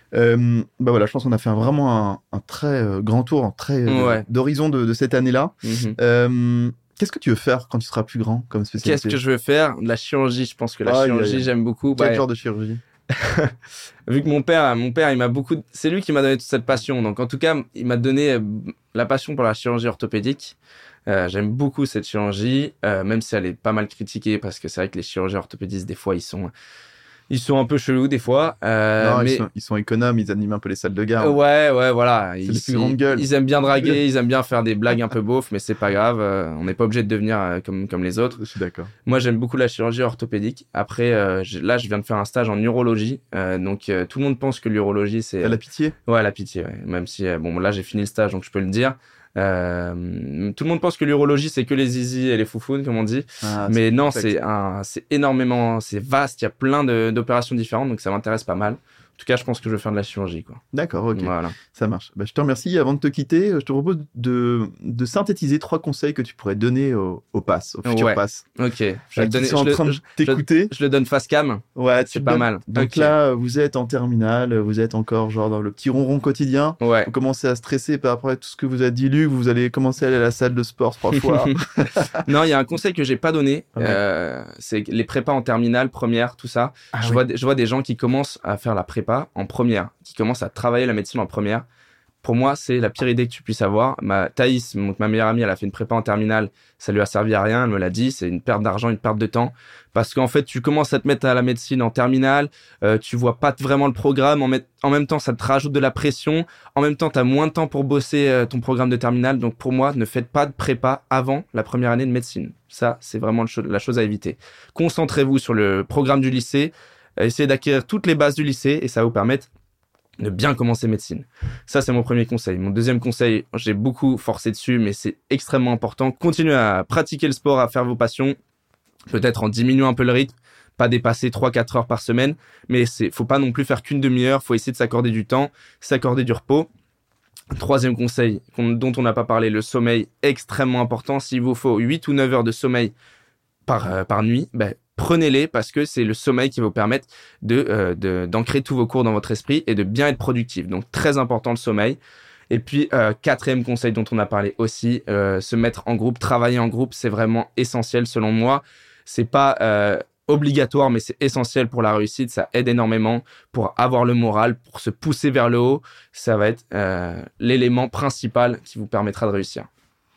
Voilà, je pense qu'on a fait vraiment un très grand tour, d'horizon de cette année-là. Qu'est-ce que tu veux faire quand tu seras plus grand comme spécialité? Qu'est-ce que je veux faire? La chirurgie, je pense que la chirurgie, j'aime beaucoup. Quel genre de chirurgie? Vu que mon père, il m'a c'est lui qui m'a donné toute cette passion. Donc, en tout cas, il m'a donné la passion pour la chirurgie orthopédique. J'aime beaucoup cette chirurgie, même si elle est pas mal critiquée parce que c'est vrai que les chirurgiens orthopédistes, des fois, ils sont un peu chelous des fois. Mais ils sont économes, ils animent un peu les salles de garde. Ouais, voilà. C'est les plus grandes gueules. Ils aiment bien draguer, ils aiment bien faire des blagues un peu beaufs, mais c'est pas grave. On n'est pas obligé de devenir comme les autres. Je suis d'accord. Moi, j'aime beaucoup la chirurgie orthopédique. Après, là, je viens de faire un stage en urologie. Donc, tout le monde pense que l'urologie, c'est... T'as la pitié? Ouais, la pitié, ouais. Même si, là, j'ai fini le stage, donc je peux le dire. Tout le monde pense que l'urologie c'est que les zizi et les foufounes comme on dit, mais non, c'est énormément, c'est vaste, il y a plein d'opérations différentes, donc ça m'intéresse pas mal. En tout cas, je pense que je vais faire de la chirurgie, quoi. D'accord, ok. Voilà. Ça marche. Je te remercie. Avant de te quitter, je te propose de synthétiser 3 conseils que tu pourrais donner au futur pass. Ok. Je suis en train de t'écouter. Je le donne face cam. Ouais, c'est pas mal. Donc là, vous êtes en terminale, vous êtes encore genre dans le petit ronron quotidien. Ouais. Vous commencez à stresser par rapport à tout ce que vous a dit Luc. Vous allez commencer à aller à la salle de sport 3 fois. Non, il y a un conseil que j'ai pas donné. C'est les prépas en terminale, première, tout ça. Je vois des gens qui commencent à faire la prépa en première, qui commence à travailler la médecine en première. Pour moi, c'est la pire idée que tu puisses avoir. Thaïs, ma meilleure amie, elle a fait une prépa en terminale. Ça lui a servi à rien. Elle me l'a dit. C'est une perte d'argent, une perte de temps. Parce qu'en fait, tu commences à te mettre à la médecine en terminale. Tu vois pas vraiment le programme. En même temps, ça te rajoute de la pression. En même temps, t'as moins de temps pour bosser ton programme de terminale. Donc, pour moi, ne faites pas de prépa avant la première année de médecine. Ça, c'est vraiment la chose à éviter. Concentrez-vous sur le programme du lycée. Essayez d'acquérir toutes les bases du lycée et ça va vous permettre de bien commencer médecine. Ça, c'est mon premier conseil. Mon deuxième conseil, j'ai beaucoup forcé dessus, mais c'est extrêmement important. Continuez à pratiquer le sport, à faire vos passions, peut-être en diminuant un peu le rythme, pas dépasser 3-4 heures par semaine, mais faut pas non plus faire qu'une demi-heure, faut essayer de s'accorder du temps, s'accorder du repos. Troisième conseil, dont on n'a pas parlé, le sommeil, extrêmement important. S'il vous faut 8 ou 9 heures de sommeil par nuit, prenez-les parce que c'est le sommeil qui va vous permettre d'ancrer tous vos cours dans votre esprit et de bien être productif. Donc, très important le sommeil. Et puis, quatrième conseil dont on a parlé aussi, se mettre en groupe, travailler en groupe, c'est vraiment essentiel selon moi. C'est pas obligatoire, mais c'est essentiel pour la réussite. Ça aide énormément pour avoir le moral, pour se pousser vers le haut. Ça va être l'élément principal qui vous permettra de réussir.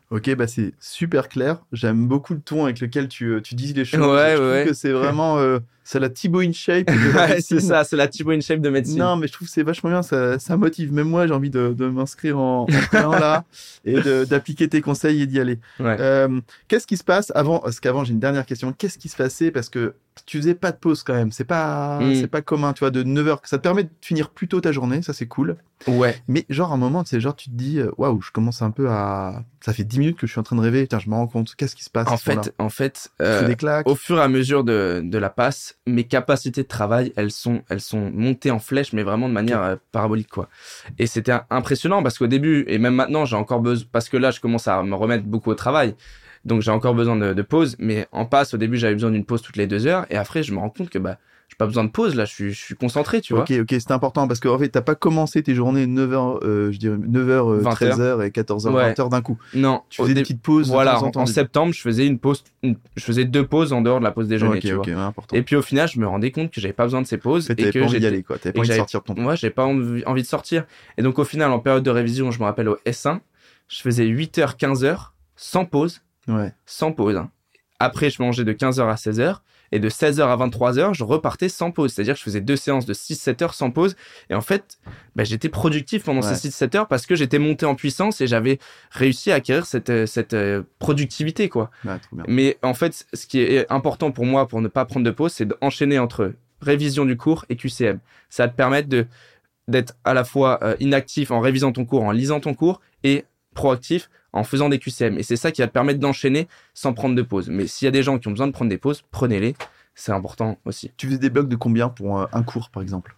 Ok, bah c'est super clair. J'aime beaucoup le ton avec lequel tu dis les choses. Ouais, je ouais. trouve que c'est vraiment... c'est la Thibaut InShape de la Ouais, médecine. c'est ça, c'est la Thibaut InShape de médecine. Non, mais je trouve que c'est vachement bien, ça motive. Même moi, j'ai envie de m'inscrire en plan là et d'appliquer tes conseils et d'y aller. Ouais. Qu'est-ce qui se passe avant? Parce qu'avant, j'ai une dernière question. Qu'est-ce qui se passait? Parce que tu faisais pas de pause quand même. C'est pas commun, tu vois, de 9h. Ça te permet de finir plus tôt ta journée, ça c'est cool. Ouais. Mais genre, à un moment, tu sais, genre, tu te dis, waouh, je commence un peu à... Ça fait 10 minutes que je suis en train de rêver. Putain, je me rends compte. Qu'est-ce qui se passe? En fait, tu fais des claques. Au fur et à mesure de la passe, mes capacités de travail, elles sont montées en flèche, mais vraiment de manière parabolique, quoi. Et c'était impressionnant parce qu'au début, et même maintenant, j'ai encore besoin, parce que là, je commence à me remettre beaucoup au travail. Donc, j'ai encore besoin de pause. Mais en passe, au début, j'avais besoin d'une pause toutes les 2 heures. Et après, je me rends compte que, j'ai pas besoin de pause. Là, je suis concentré, tu vois. Ok, c'est important parce qu'en fait, t'as pas commencé tes journées 9h, je dirais 9h, 13h et 14h, ouais. 20h d'un coup. Non. Tu faisais des petites pauses. Voilà. De temps en temps, en septembre, je faisais je faisais 2 pauses en dehors de la pause déjeuner, tu vois. Ouais, important. Et puis, au final, je me rendais compte que j'avais pas besoin de ces pauses. Et que t'avais pas envie d'y aller, quoi. T'avais pas envie de sortir de ton. Moi, j'avais pas envie de sortir. Et donc, au final, en période de révision, je me rappelle au S1, je faisais 8h, 15h, sans pause. Ouais. Sans pause. Hein. Après, je mangeais de 15h à 16h. Et de 16h à 23h, je repartais sans pause. C'est-à-dire que je faisais 2 séances de 6-7 heures sans pause. Et en fait, j'étais productif pendant ces 6-7 heures parce que j'étais monté en puissance et j'avais réussi à acquérir cette productivité, quoi. Ouais, trop bien. Mais en fait, ce qui est important pour moi, pour ne pas prendre de pause, c'est d'enchaîner entre révision du cours et QCM. Ça va te permettre d'être à la fois inactif en révisant ton cours, en lisant ton cours, et proactif en faisant des QCM. Et c'est ça qui va te permettre d'enchaîner sans prendre de pause. Mais s'il y a des gens qui ont besoin de prendre des pauses, prenez-les. C'est important aussi. Tu faisais des blocs de combien pour un cours, par exemple?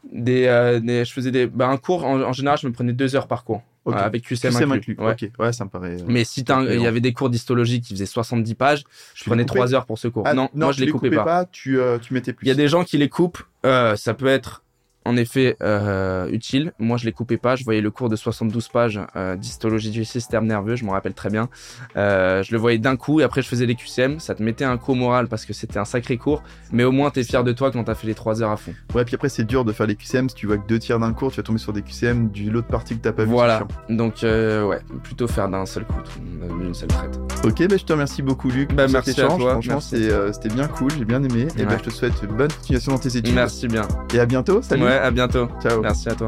Je faisais un cours, en général, je me prenais 2 heures par cours. Okay. Avec QCM inclus. Ouais. Ok, ouais, ça me paraît... Mais si il y avait des cours d'histologie qui faisaient 70 pages, je prenais 3 heures pour ce cours. Non, moi, je les coupais pas. Tu mettais plus. Il y a des gens qui les coupent. Ça peut être... en effet utile. Moi, je les coupais pas. Je voyais le cours de 72 pages d'histologie du système nerveux, je m'en rappelle très bien. Je le voyais d'un coup et après, je faisais les QCM. Ça te mettait un coup au moral parce que c'était un sacré cours. Mais au moins, t'es fier de toi quand t'as fait les 3 heures à fond. Ouais, puis après, c'est dur de faire les QCM. Si tu vois que 2 tiers d'un cours, tu vas tomber sur des QCM de l'autre partie que t'as pas vu. Voilà. Donc, plutôt faire d'un seul coup, d'une seule traite. Ok, je te remercie beaucoup, Luc. Merci à toi. Franchement, c'était bien cool. J'ai bien aimé. Et je te souhaite une bonne continuation dans tes études. Merci bien. Et à bientôt. Salut. Ouais, à bientôt. Ciao. Merci à toi.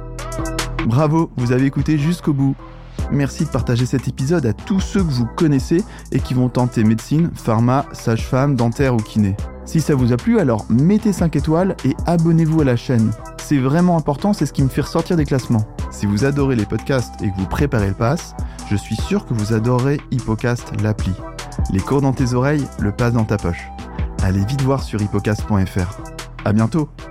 Bravo, vous avez écouté jusqu'au bout. Merci de partager cet épisode à tous ceux que vous connaissez et qui vont tenter médecine, pharma, sage-femme, dentaire ou kiné. Si ça vous a plu, alors mettez 5 étoiles et abonnez-vous à la chaîne. C'est vraiment important, c'est ce qui me fait ressortir des classements. Si vous adorez les podcasts et que vous préparez le pass, je suis sûr que vous adorerez Hippocast, l'appli. Les cours dans tes oreilles, le pass dans ta poche. Allez vite voir sur hippocast.fr. À bientôt.